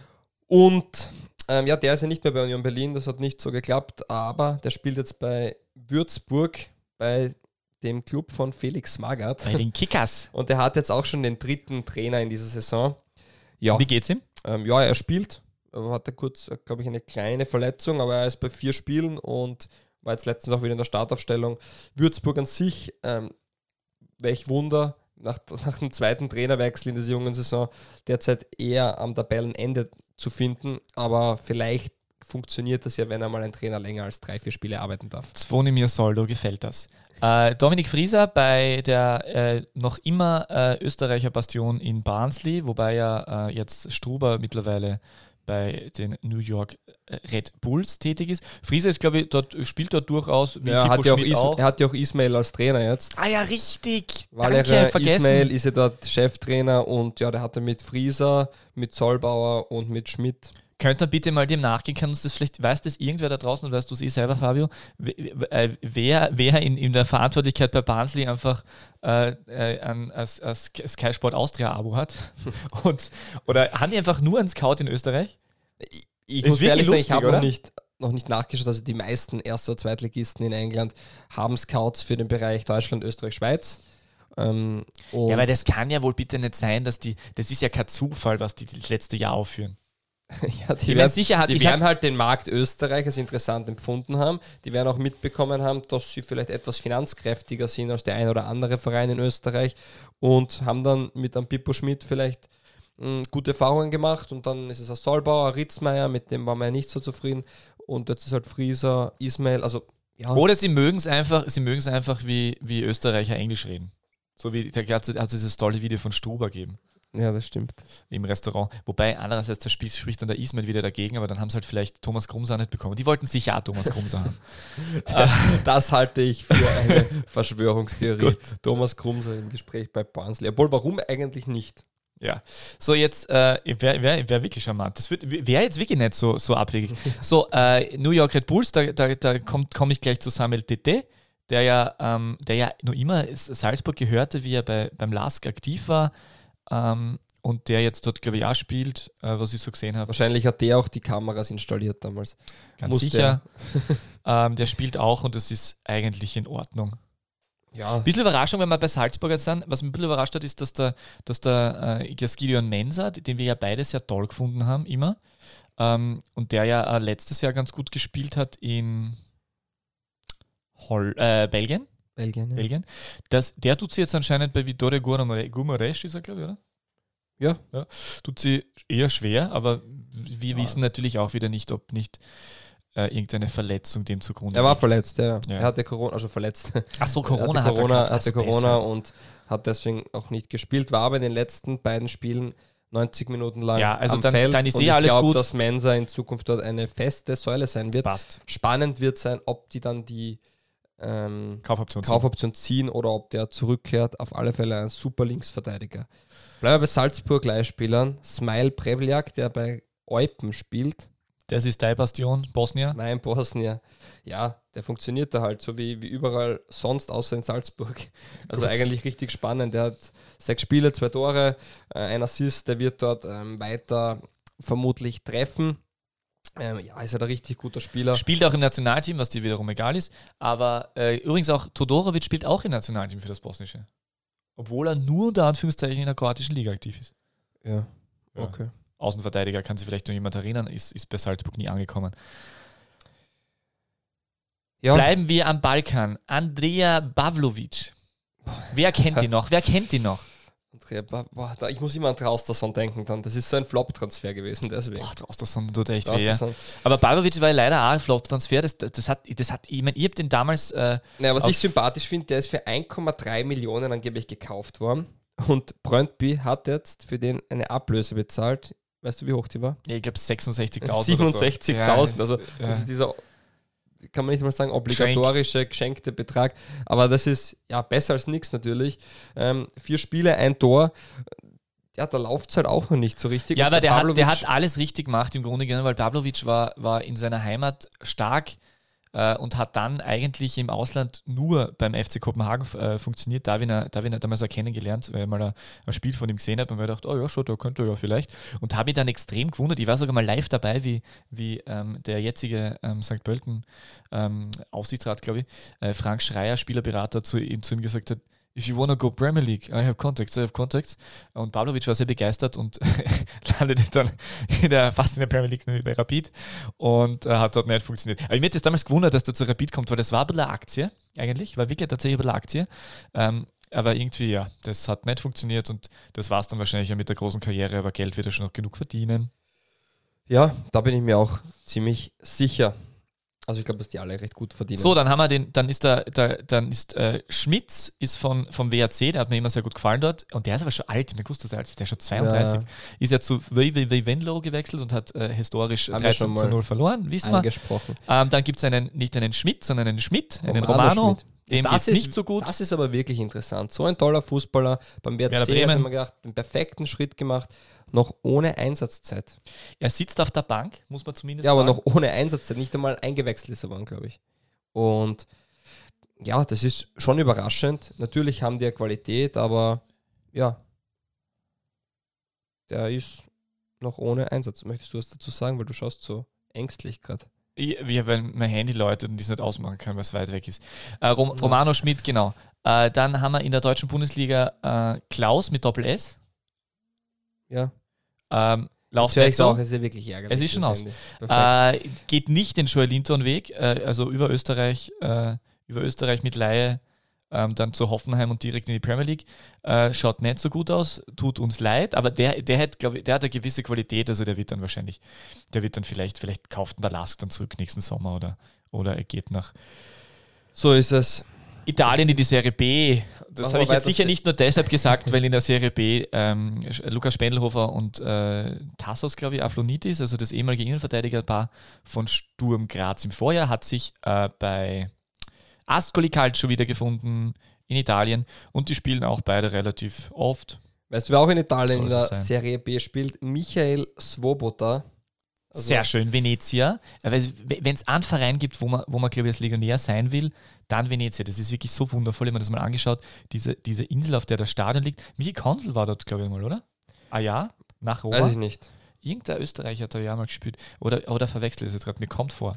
Und ähm, ja, der ist ja nicht mehr bei Union Berlin, das hat nicht so geklappt, aber der spielt jetzt bei Würzburg, bei dem Club von Felix Magath. Bei den Kickers. Und der hat jetzt auch schon den dritten Trainer in dieser Saison. Ja, Wie geht's ihm? ähm, ja er spielt. Er hatte kurz, glaube ich, eine kleine Verletzung, aber er ist bei vier Spielen und war jetzt letztens auch wieder in der Startaufstellung. Würzburg an sich, ähm, welch Wunder, nach, nach dem zweiten Trainerwechsel in dieser jungen Saison derzeit eher am Tabellenende zu finden, aber vielleicht funktioniert das ja, wenn einmal ein Trainer länger als drei, vier Spiele arbeiten darf. Zvonimir Soldo gefällt das. Äh, Dominik Frieser bei der äh, noch immer äh, Österreicher Bastion in Barnsley, wobei ja äh, jetzt Struber mittlerweile bei den New York Red Bulls tätig ist. Frieser ist, glaube ich, dort, spielt dort durchaus, wie Ja, Pippo hat ja auch Schmidt Is- auch. er hat ja auch Ismail als Trainer jetzt. Ah ja, richtig. Valere Danke, vergessen. Ismail ist ja dort Cheftrainer und ja, der hatte mit Frieser, mit Zollbauer und mit Schmidt. Könnt ihr bitte mal dem nachgehen? Kann uns das vielleicht, weiß das irgendwer da draußen und weißt du es eh selber, Fabio? Wer, wer, wer in, in der Verantwortlichkeit bei Barnsley einfach äh, äh, ein, als, als Sky Sport Austria-Abo hat? und, oder haben die einfach nur einen Scout in Österreich? Ich, ich Ist muss ehrlich wirklich sagen, ich lustig, habe noch oder? nicht, noch nicht nachgeschaut. Also die meisten Erst- oder Zweitligisten in England haben Scouts für den Bereich Deutschland, Österreich, Schweiz. Ähm, und Ja, aber das kann ja wohl bitte nicht sein, dass die, das ist ja kein Zufall, was die das letzte Jahr aufführen. ja, die Ich meine, werden, sicher hat- die ich werden sag- halt den Markt Österreich als interessant empfunden haben. Die werden auch mitbekommen haben, dass sie vielleicht etwas finanzkräftiger sind als der ein oder andere Verein in Österreich und haben dann mit einem Pippo Schmidt vielleicht mh, gute Erfahrungen gemacht und dann ist es ein Solbauer, Ritzmeier, mit dem war man ja nicht so zufrieden und jetzt ist halt Frieser, Ismail, also ja. Oder sie mögen es einfach, sie mögen es einfach, wie, wie Österreicher Englisch reden. So wie, da hat es dieses tolle Video von Struber gegeben. Ja, das stimmt. Im Restaurant. Wobei andererseits, da spricht, spricht dann der Ismail wieder dagegen, aber dann haben sie halt vielleicht Thomas Krumser nicht bekommen. Die wollten sicher auch Thomas Krumser haben. Das, das halte ich für eine Verschwörungstheorie. Thomas Krumser im Gespräch bei Barnsley. Obwohl, warum eigentlich nicht? Ja. So, jetzt äh, wäre wär, wär wirklich charmant. Das wäre jetzt wirklich nicht so, so abwegig. So, äh, New York Red Bulls, da, da, da komme komm ich gleich zu Samuel Tete, der ja, ähm, der ja noch immer Salzburg gehörte, wie er bei, beim LASK aktiv war. Ähm, und der jetzt dort, glaube ich, auch spielt, äh, was ich so gesehen habe. Wahrscheinlich hat der auch die Kameras installiert damals. Ganz Muss sicher. ähm, der spielt auch und das ist eigentlich in Ordnung. Ja, Ein bisschen Überraschung, wenn wir bei Salzburg jetzt sind. Was mich ein bisschen überrascht hat, ist, dass der, dass der äh, Gideon Mensah, den wir ja beide sehr toll gefunden haben, immer, ähm, und der ja äh, letztes Jahr ganz gut gespielt hat in Hol äh, Belgien. Belgien, ja. Belgien. Das, der tut sie jetzt anscheinend bei Vitória Guimarães, ist er, glaube ich, oder? Ja. ja. Tut sie eher schwer, aber wir Ja. wissen natürlich auch wieder nicht, ob nicht äh, irgendeine Verletzung dem zugrunde Er war liegt. verletzt, ja. Ja. Er hatte Corona, also verletzt. Ach so, Er Corona hatte hat er Corona, gehabt. hatte Also Corona deshalb. und hat deswegen auch nicht gespielt, war aber in den letzten beiden Spielen neunzig Minuten lang Ja, also am dann- Feld. dann ist und eh ich alles glaube, gut. dass Mensah in Zukunft dort eine feste Säule sein wird. Passt. Spannend wird sein, ob die dann die ähm, Kaufoption. Kaufoption ziehen oder ob der zurückkehrt. Auf alle Fälle ein super Linksverteidiger. Bleiben wir bei Salzburg Leihspielern. Smile Prevljak, der bei Eupen spielt. Das ist deine Bastion, Bosnien. Nein, Bosnien. Ja, der funktioniert da halt so wie, wie überall sonst, außer in Salzburg. Also Gut. eigentlich richtig spannend. Der hat sechs Spiele, zwei Tore, äh, ein Assist. Der wird dort ähm, weiter vermutlich treffen. Ähm, ja, ist halt ein richtig guter Spieler. Spielt auch im Nationalteam, was dir wiederum egal ist. Aber äh, übrigens auch Todorovic spielt auch im Nationalteam für das Bosnische. Obwohl er nur unter Anführungszeichen in der kroatischen Liga aktiv ist. Ja, Ja. okay. Außenverteidiger, kann sich vielleicht noch jemand erinnern, ist, ist bei Salzburg nie angekommen. Ja, Bleiben wir am Balkan. Andrea Pavlovic. Wer kennt ihn noch? Wer kennt ihn noch? Andrea, boah, da, ich muss immer an Traustason denken dann. Das ist so ein Flop-Transfer gewesen, deswegen. Boah, Traustason tut echt weh. Ja. Traustason. Aber Pavlovic war ja leider auch ein Flop-Transfer. Das, das, das hat, das hat, ich meine, ich habe den damals. Äh, Naja, was Auf- ich sympathisch finde, der ist für eins Komma drei Millionen angeblich gekauft worden. Und Brøndby hat jetzt für den eine Ablöse bezahlt. Weißt du, wie hoch die war? ja, ich glaube sechsundsechzigtausend. siebenundsechzigtausend. Oder so. Also Ja, das ist dieser kann man nicht mal sagen, obligatorische, geschenkte Betrag. Aber das ist ja besser als nichts natürlich. Ähm, vier Spiele, ein Tor. Ja, da läuft es halt auch noch nicht so richtig. Ja, aber der hat, der hat alles richtig gemacht im Grunde genommen, weil Pavlovic war, war in seiner Heimat stark äh, und hat dann eigentlich im Ausland nur beim F C Kopenhagen äh, funktioniert. Da habe ich ihn, da hab ich ihn damals auch kennengelernt, weil ich mal ein, ein Spiel von ihm gesehen habe und mir gedacht, oh ja, schon, da könnte er ja vielleicht. Und habe mich dann extrem gewundert. Ich war sogar mal live dabei, wie, wie ähm, der jetzige ähm, Sankt Pölten ähm, Aufsichtsrat, glaube ich, äh, Frank Schreier, Spielerberater, zu, ihm, zu ihm gesagt hat, if you wanna go Premier League, I have contacts, I have contacts. Und Pavlovic war sehr begeistert und landete dann in der, fast in der Premier League bei Rapid und äh, hat dort nicht funktioniert. Aber ich mir hat das damals gewundert, dass der zu Rapid kommt, weil das war ein bisschen eine Aktie eigentlich, war wirklich tatsächlich ein bisschen eine Aktie. Ähm, aber irgendwie, ja, das hat nicht funktioniert und das war es dann wahrscheinlich ja mit der großen Karriere, aber Geld wird er schon noch genug verdienen. Ja, da bin ich mir auch ziemlich sicher. Also ich glaube, dass die alle recht gut verdienen. So, dann haben wir den, dann ist der, der dann ist äh, Schmitz ist von, vom W A C, der hat mir immer sehr gut gefallen dort und der ist aber schon alt, ich wusste, dass er alt ist, der ist schon zweiunddreißig. Ja. Ist ja zu W W W Venlo gewechselt und hat äh, historisch dreizehn zu null verloren, wissen wir. Ähm, dann gibt es einen, nicht einen Schmidt, sondern einen Schmidt, einen Romano. Romano dem das ist nicht nicht so gut. Das ist aber wirklich interessant. So ein toller Fußballer beim W A C hat man gedacht, einen perfekten Schritt gemacht, noch ohne Einsatzzeit. Er sitzt auf der Bank, muss man zumindest ja, sagen. Ja, aber noch ohne Einsatzzeit, nicht einmal eingewechselt ist er worden, glaube ich. Und ja, das ist schon überraschend. Natürlich haben die ja Qualität, aber ja, der ist noch ohne Einsatz. Möchtest du was dazu sagen, weil du schaust so ängstlich gerade? Ja, weil mein Handy läutet und ich es nicht ausmachen kann, weil es weit weg ist. Äh, Rom- Romano Schmidt, genau. Äh, dann haben wir in der deutschen Bundesliga äh, Klaus mit Doppel-S. Ja. Ähm, Läuft nicht so. Auch, es ist ja wirklich ärgerlich. Es ist schon aus. Äh, geht nicht den Joelinton-Weg, äh, also über Österreich, äh, über Österreich mit Leihe, ähm, dann zu Hoffenheim und direkt in die Premier League. Äh, schaut nicht so gut aus, tut uns leid, aber der, der hat, glaube ich, der hat eine gewisse Qualität, also der wird dann wahrscheinlich, der wird dann vielleicht, vielleicht kauft der Lask dann zurück nächsten Sommer oder, oder er geht nach. So ist es. Italien in die Serie B. Das habe ich jetzt sicher nicht nur deshalb gesagt, weil in der Serie B ähm, Lukas Spendelhofer und äh, Tassos, glaube ich, Aflonitis, also das ehemalige Innenverteidigerpaar von Sturm Graz im Vorjahr, hat sich äh, bei Ascoli Calcio wiedergefunden in Italien und die spielen auch beide relativ oft. Weißt du, wer auch in Italien in der sein. Serie B spielt? Michael Svoboda. Also sehr schön, Venezia. Wenn es einen Verein gibt, wo man, wo man glaube ich, als Legionär sein will, dann Venezia. Das ist wirklich so wundervoll. Ich habe mir das mal angeschaut. Diese, diese Insel, auf der das Stadion liegt. Michi Kondl war dort, glaube ich, mal, oder? Ah ja, nach Roma. Weiß ich nicht. Irgendein Österreicher hat da ja mal gespielt. Oder, oder verwechselt es jetzt gerade. Mir kommt vor.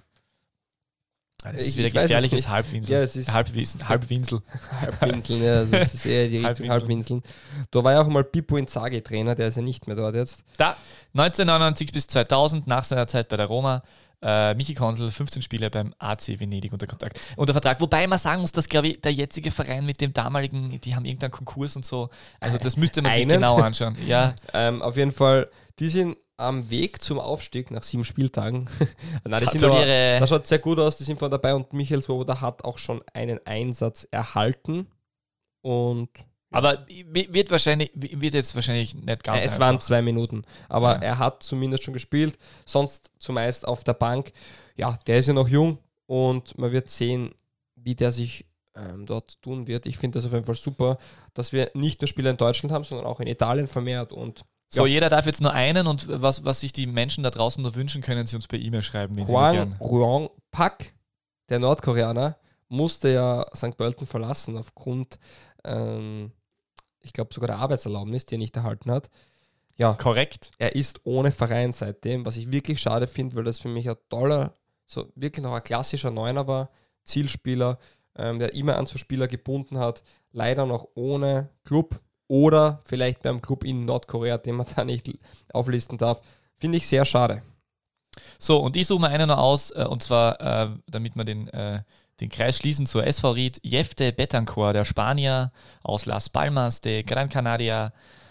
Das ist ich, wieder ich gefährliches Halbwinsel. Ja, es ist Halbwinsel. Halbwinsel. Halbwinseln, ja, also es ist eher die Richtung Halbwinseln. Da war ja auch mal Pippo Inzaghi Trainer, der ist ja nicht mehr dort jetzt. Da, neunzehnhundertneunundneunzig bis zweitausend, nach seiner Zeit bei der Roma, äh, Michi Kondl, fünfzehn Spiele beim A C Venedig unter Kontakt, unter Vertrag. Wobei man sagen muss, dass, glaube ich, der jetzige Verein mit dem damaligen, die haben irgendeinen Konkurs und so, also das müsste man sich Einen? genau anschauen. Ja. ähm, auf jeden Fall, die sind am Weg zum Aufstieg nach sieben Spieltagen. Nein, die sind aber, das schaut sehr gut aus, die sind von dabei und Michael Svoboda hat auch schon einen Einsatz erhalten. Und aber wird wahrscheinlich, wird jetzt wahrscheinlich nicht ganz Es einfach. waren zwei Minuten, aber ja. er hat zumindest schon gespielt, sonst zumeist auf der Bank. Ja, der ist ja noch jung und man wird sehen, wie der sich ähm, dort tun wird. Ich finde das auf jeden Fall super, dass wir nicht nur Spieler in Deutschland haben, sondern auch in Italien vermehrt und so, ja. Jeder darf jetzt nur einen und was, was sich die Menschen da draußen nur wünschen, können sie uns per E-Mail schreiben, wenn Hwang sie gern. Ruang Pak, der Nordkoreaner, musste ja Sankt Pölten verlassen aufgrund, ähm, ich glaube sogar der Arbeitserlaubnis, die er nicht erhalten hat. Ja, korrekt. Er ist ohne Verein seitdem, was ich wirklich schade finde, weil das für mich ein toller, so wirklich noch ein klassischer Neuner war, Zielspieler, ähm, der immer an so Spieler gebunden hat, leider noch ohne Club. Oder vielleicht beim Club in Nordkorea, den man da nicht auflisten darf. Finde ich sehr schade. So, und ich suche mal einen noch aus, äh, und zwar, äh, damit wir den, äh, den Kreis schließen zur S V Ried. Jefte Betancourt, der Spanier aus Las Palmas de Gran Canaria,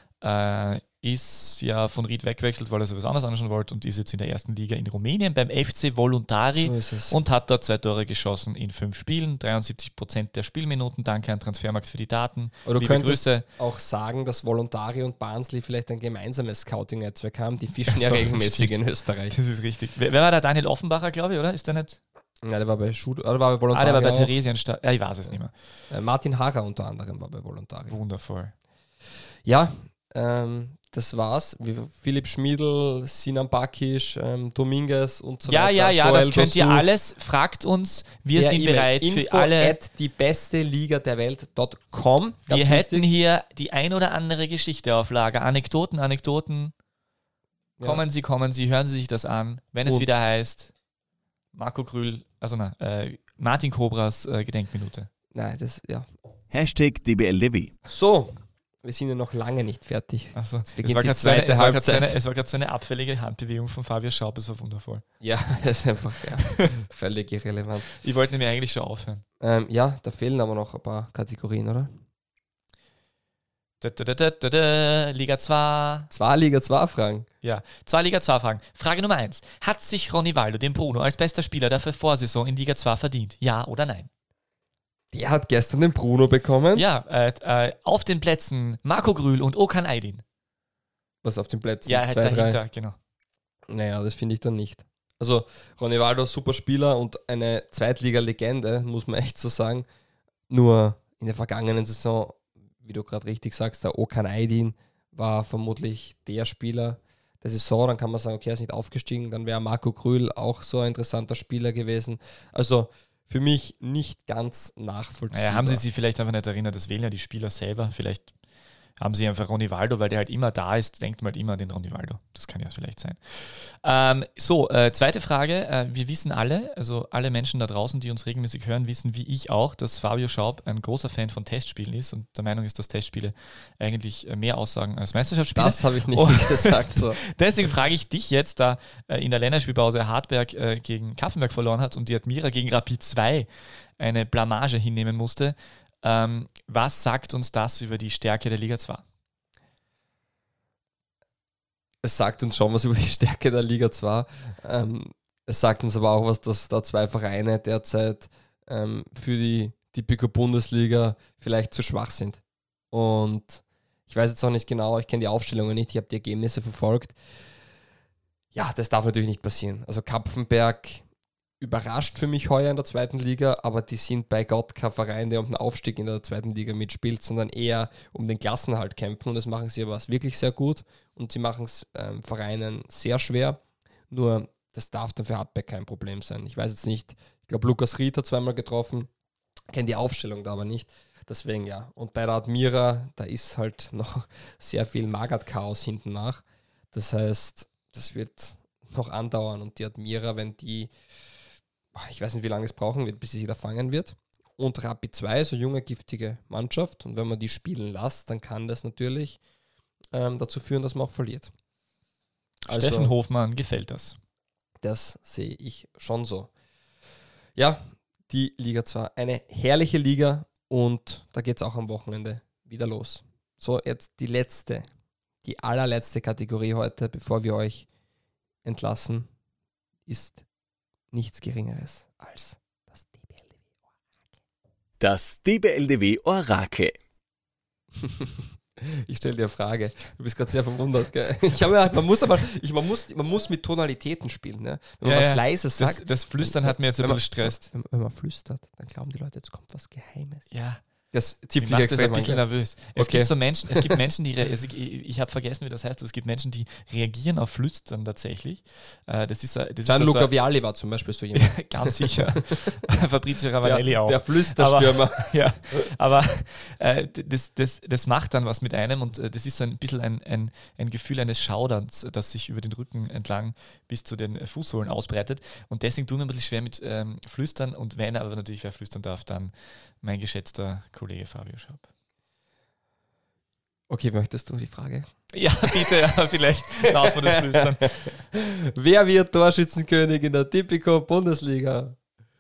äh, ist ja von Ried weggewechselt, weil er sich was anderes anschauen wollte und ist jetzt in der ersten Liga in Rumänien beim F C Voluntari so und hat dort zwei Tore geschossen in fünf Spielen, dreiundsiebzig Prozent der Spielminuten. Danke an Transfermarkt für die Daten. Oder du Liebe könntest Grüße. auch sagen, dass Voluntari und Barnsley vielleicht ein gemeinsames Scouting-Netzwerk haben. Die fischen Ja, ja so, regelmäßig stimmt. in Österreich. Das ist richtig. Wer, wer war der? Daniel Offenbacher, glaube ich, oder? Ist der nicht? Ja, der war bei Schud, oder war bei Volontari. Ah, der war bei auch. Theresienstadt. Ja, ich weiß es nicht mehr. Äh, Martin Harrer unter anderem war bei Volontari. Wundervoll. Ja, ähm, das war's. Wie Philipp Schmiedl, Sinan Bakic, ähm, Dominguez und so Ja, weiter. ja, ja, Joel das könnt ihr Dossou. alles. Fragt uns. Wir Per sind E-Mail. bereit Info für alle. at die beste Liga der Welt Punkt com. Wir Ganz hätten wichtig. hier die ein oder andere Geschichte auf Lager. Anekdoten, Anekdoten. Ja. Kommen Sie, kommen Sie, hören Sie sich das an. Wenn es Und- wieder heißt, Marco Grüll, also na, äh, Martin Kobras äh, Gedenkminute. Nein, das, ja. Hashtag D B L D W. So, wir sind ja noch lange nicht fertig. Also, es beginnt war die gerade so, eine- zweite es war grad so, Halbzeit. eine- es war gerade so eine abfällige Handbewegung von Fabio Schaub, es war wundervoll. Ja, das ist einfach ja, völlig irrelevant. Ich wollte nämlich eigentlich schon aufhören. Ähm, ja, da fehlen aber noch ein paar Kategorien, oder? Da, da, da, da, da, da, Liga zwei. Zwei Liga zwei Fragen. Ja, zwei Liga zwei Fragen. Frage Nummer eins. Hat sich Ronny Waldo den Bruno als bester Spieler der Vorsaison in Liga zwei verdient? Ja oder nein? Der hat gestern den Bruno bekommen. Ja, äh, äh, auf den Plätzen Marco Grühl und Okan Aydin. Was auf den Plätzen? Ja, halt Zwei, drei. dahinter, genau. Naja, das finde ich dann nicht. Also, Ronny Waldo, super Spieler und eine Zweitliga-Legende, muss man echt so sagen. Nur in der vergangenen Saison, wie du gerade richtig sagst, der Okan Aydin war vermutlich der Spieler der Saison. Dann kann man sagen, okay, er ist nicht aufgestiegen. Dann wäre Marco Grühl auch so ein interessanter Spieler gewesen. Also, für mich nicht ganz nachvollziehbar. Naja, haben sie sich vielleicht einfach nicht erinnert, das wählen ja die Spieler selber. Vielleicht haben sie einfach Ronny Waldo, weil der halt immer da ist, denkt man halt immer an den Ronny Waldo. Das kann ja vielleicht sein. Ähm, so, äh, zweite Frage. Äh, wir wissen alle, also alle Menschen da draußen, die uns regelmäßig hören, wissen, wie ich auch, dass Fabio Schaub ein großer Fan von Testspielen ist und der Meinung ist, dass Testspiele eigentlich äh, mehr aussagen als Meisterschaftsspiele. Das habe ich nicht Oh. gesagt. So. Deswegen frage ich dich jetzt, da äh, in der Länderspielpause Hartberg äh, gegen Kaffenberg verloren hat und die Admira gegen Rapid zwei eine Blamage hinnehmen musste, ähm, was sagt uns das über die Stärke der Liga zwei? Es sagt uns schon was über die Stärke der Liga zwei. Ähm, es sagt uns aber auch was, dass da zwei Vereine derzeit ähm, für die Tipico Bundesliga vielleicht zu schwach sind. Und ich weiß jetzt auch nicht genau, ich kenne die Aufstellungen nicht, ich habe die Ergebnisse verfolgt. Ja, das darf natürlich nicht passieren. Also Kapfenberg überrascht für mich heuer in der zweiten Liga, aber die sind bei Gott kein Verein, der um den Aufstieg in der zweiten Liga mitspielt, sondern eher um den Klassenhalt kämpfen und das machen sie aber wirklich sehr gut und sie machen es ähm, Vereinen sehr schwer, nur das darf dann für Hartberg kein Problem sein. Ich weiß jetzt nicht, ich glaube Lukas Ried hat zweimal getroffen, kenne die Aufstellung da aber nicht, deswegen ja. Und bei der Admira, da ist halt noch sehr viel Magath-Chaos hinten nach, das heißt, das wird noch andauern und die Admira, wenn die ich weiß nicht, wie lange es brauchen wird, bis sie wieder fangen wird. Und Rapid zwei ist eine junge, giftige Mannschaft. Und wenn man die spielen lässt, dann kann das natürlich ähm, dazu führen, dass man auch verliert. Also, Steffen Hofmann gefällt das. das sehe ich schon so. Ja, die Liga zwei. Eine herrliche Liga und da geht es auch am Wochenende wieder los. So, jetzt die letzte, die allerletzte Kategorie heute, bevor wir euch entlassen, ist nichts Geringeres als das D B L D W. Das D B L D W Orakel. Ich stelle dir eine Frage. Du bist gerade sehr verwundert, gell? Ich habe ja, man muss aber, ich, man muss, man muss mit Tonalitäten spielen, ne? Wenn man Ja, was ja. Leises Das, sagt. das Flüstern hat mir jetzt ein wenn man- bisschen gestresst. Wenn, wenn man flüstert, dann glauben die Leute, jetzt kommt was Geheimes. Ja, Das ich zieht sich mache das extrem ein bisschen an, gell? nervös. Es Okay. gibt so Menschen, es gibt Menschen, die, re- es- ich, ich habe vergessen, wie das heißt, aber es gibt Menschen, die reagieren auf Flüstern tatsächlich. Äh, das ist, a- das ist Gianluca also, Vialli war zum Beispiel so jemand. ganz sicher. Fabrizio Ravanelli der, auch. der Flüsterstürmer. Ja, aber äh, das, das, das macht dann was mit einem und äh, das ist so ein bisschen ein, ein, ein Gefühl eines Schauderns, das sich über den Rücken entlang bis zu den äh, Fußsohlen ausbreitet und deswegen tun wir ein bisschen schwer mit ähm, Flüstern und wenn aber natürlich wer flüstern darf, dann mein geschätzter Kollege Fabio Schaub. Okay, möchtest du die Frage? Ja, bitte, ja, vielleicht lassen wir das Flüstern. Wer wird Torschützenkönig in der Tipico Bundesliga?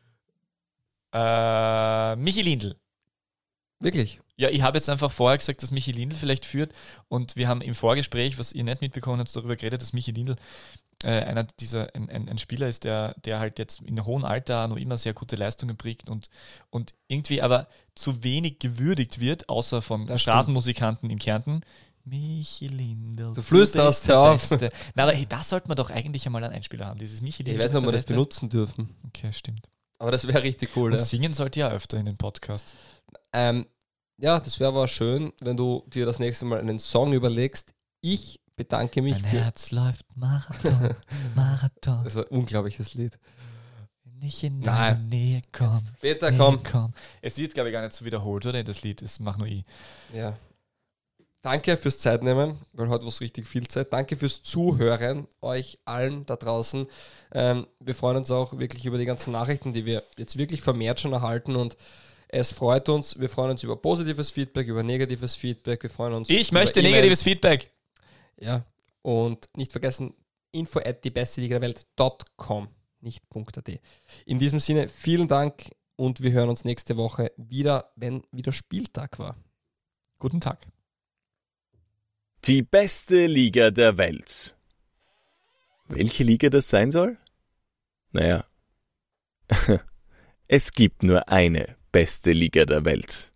Äh, Michi Lindl. Wirklich? Ja, ich habe jetzt einfach vorher gesagt, dass Michi Lindl vielleicht führt und wir haben im Vorgespräch, was ihr nicht mitbekommen habt, darüber geredet, dass Michi Lindl äh, einer dieser, ein, ein, ein Spieler ist, der, der halt jetzt in hohem Alter noch immer sehr gute Leistungen bringt und, und irgendwie aber zu wenig gewürdigt wird, außer von Das Straßenmusikanten in Kärnten. Michi Lindl. Du flüsterst, bist der hör auf. Beste. Na, aber hey, das sollte man doch eigentlich einmal einen Einspieler haben, dieses Michi Ich Lindl. weiß nicht, ob ist wir der das Beste. benutzen dürfen. Okay, stimmt. Aber das wäre richtig cool. Und Ja. singen sollt ihr öfter in den Podcast. Ähm, ja, das wäre aber schön, wenn du dir das nächste Mal einen Song überlegst. Ich bedanke mich Mein für... Herz läuft Marathon, Marathon. Das ist ein unglaubliches Lied. Nicht in Nein. deine Nähe komm. Peter, Nähe komm. komm. Es wird, glaube ich, gar nicht so wiederholt, oder? Das Lied, das mach nur ich. Ja. Danke fürs Zeitnehmen, weil heute war es richtig viel Zeit. Danke fürs Zuhören, euch allen da draußen. Ähm, wir freuen uns auch wirklich über die ganzen Nachrichten, die wir jetzt wirklich vermehrt schon erhalten und es freut uns. Wir freuen uns über positives Feedback, über negatives Feedback. Wir freuen uns Ich über möchte E-Mails. negatives Feedback. Ja, und nicht vergessen, info at die beste Liga der Welt Punkt com, nicht .at. In diesem Sinne, vielen Dank und wir hören uns nächste Woche wieder, wenn wieder Spieltag war. Guten Tag. Die beste Liga der Welt. Welche Liga das sein soll? Naja, es gibt nur eine beste Liga der Welt.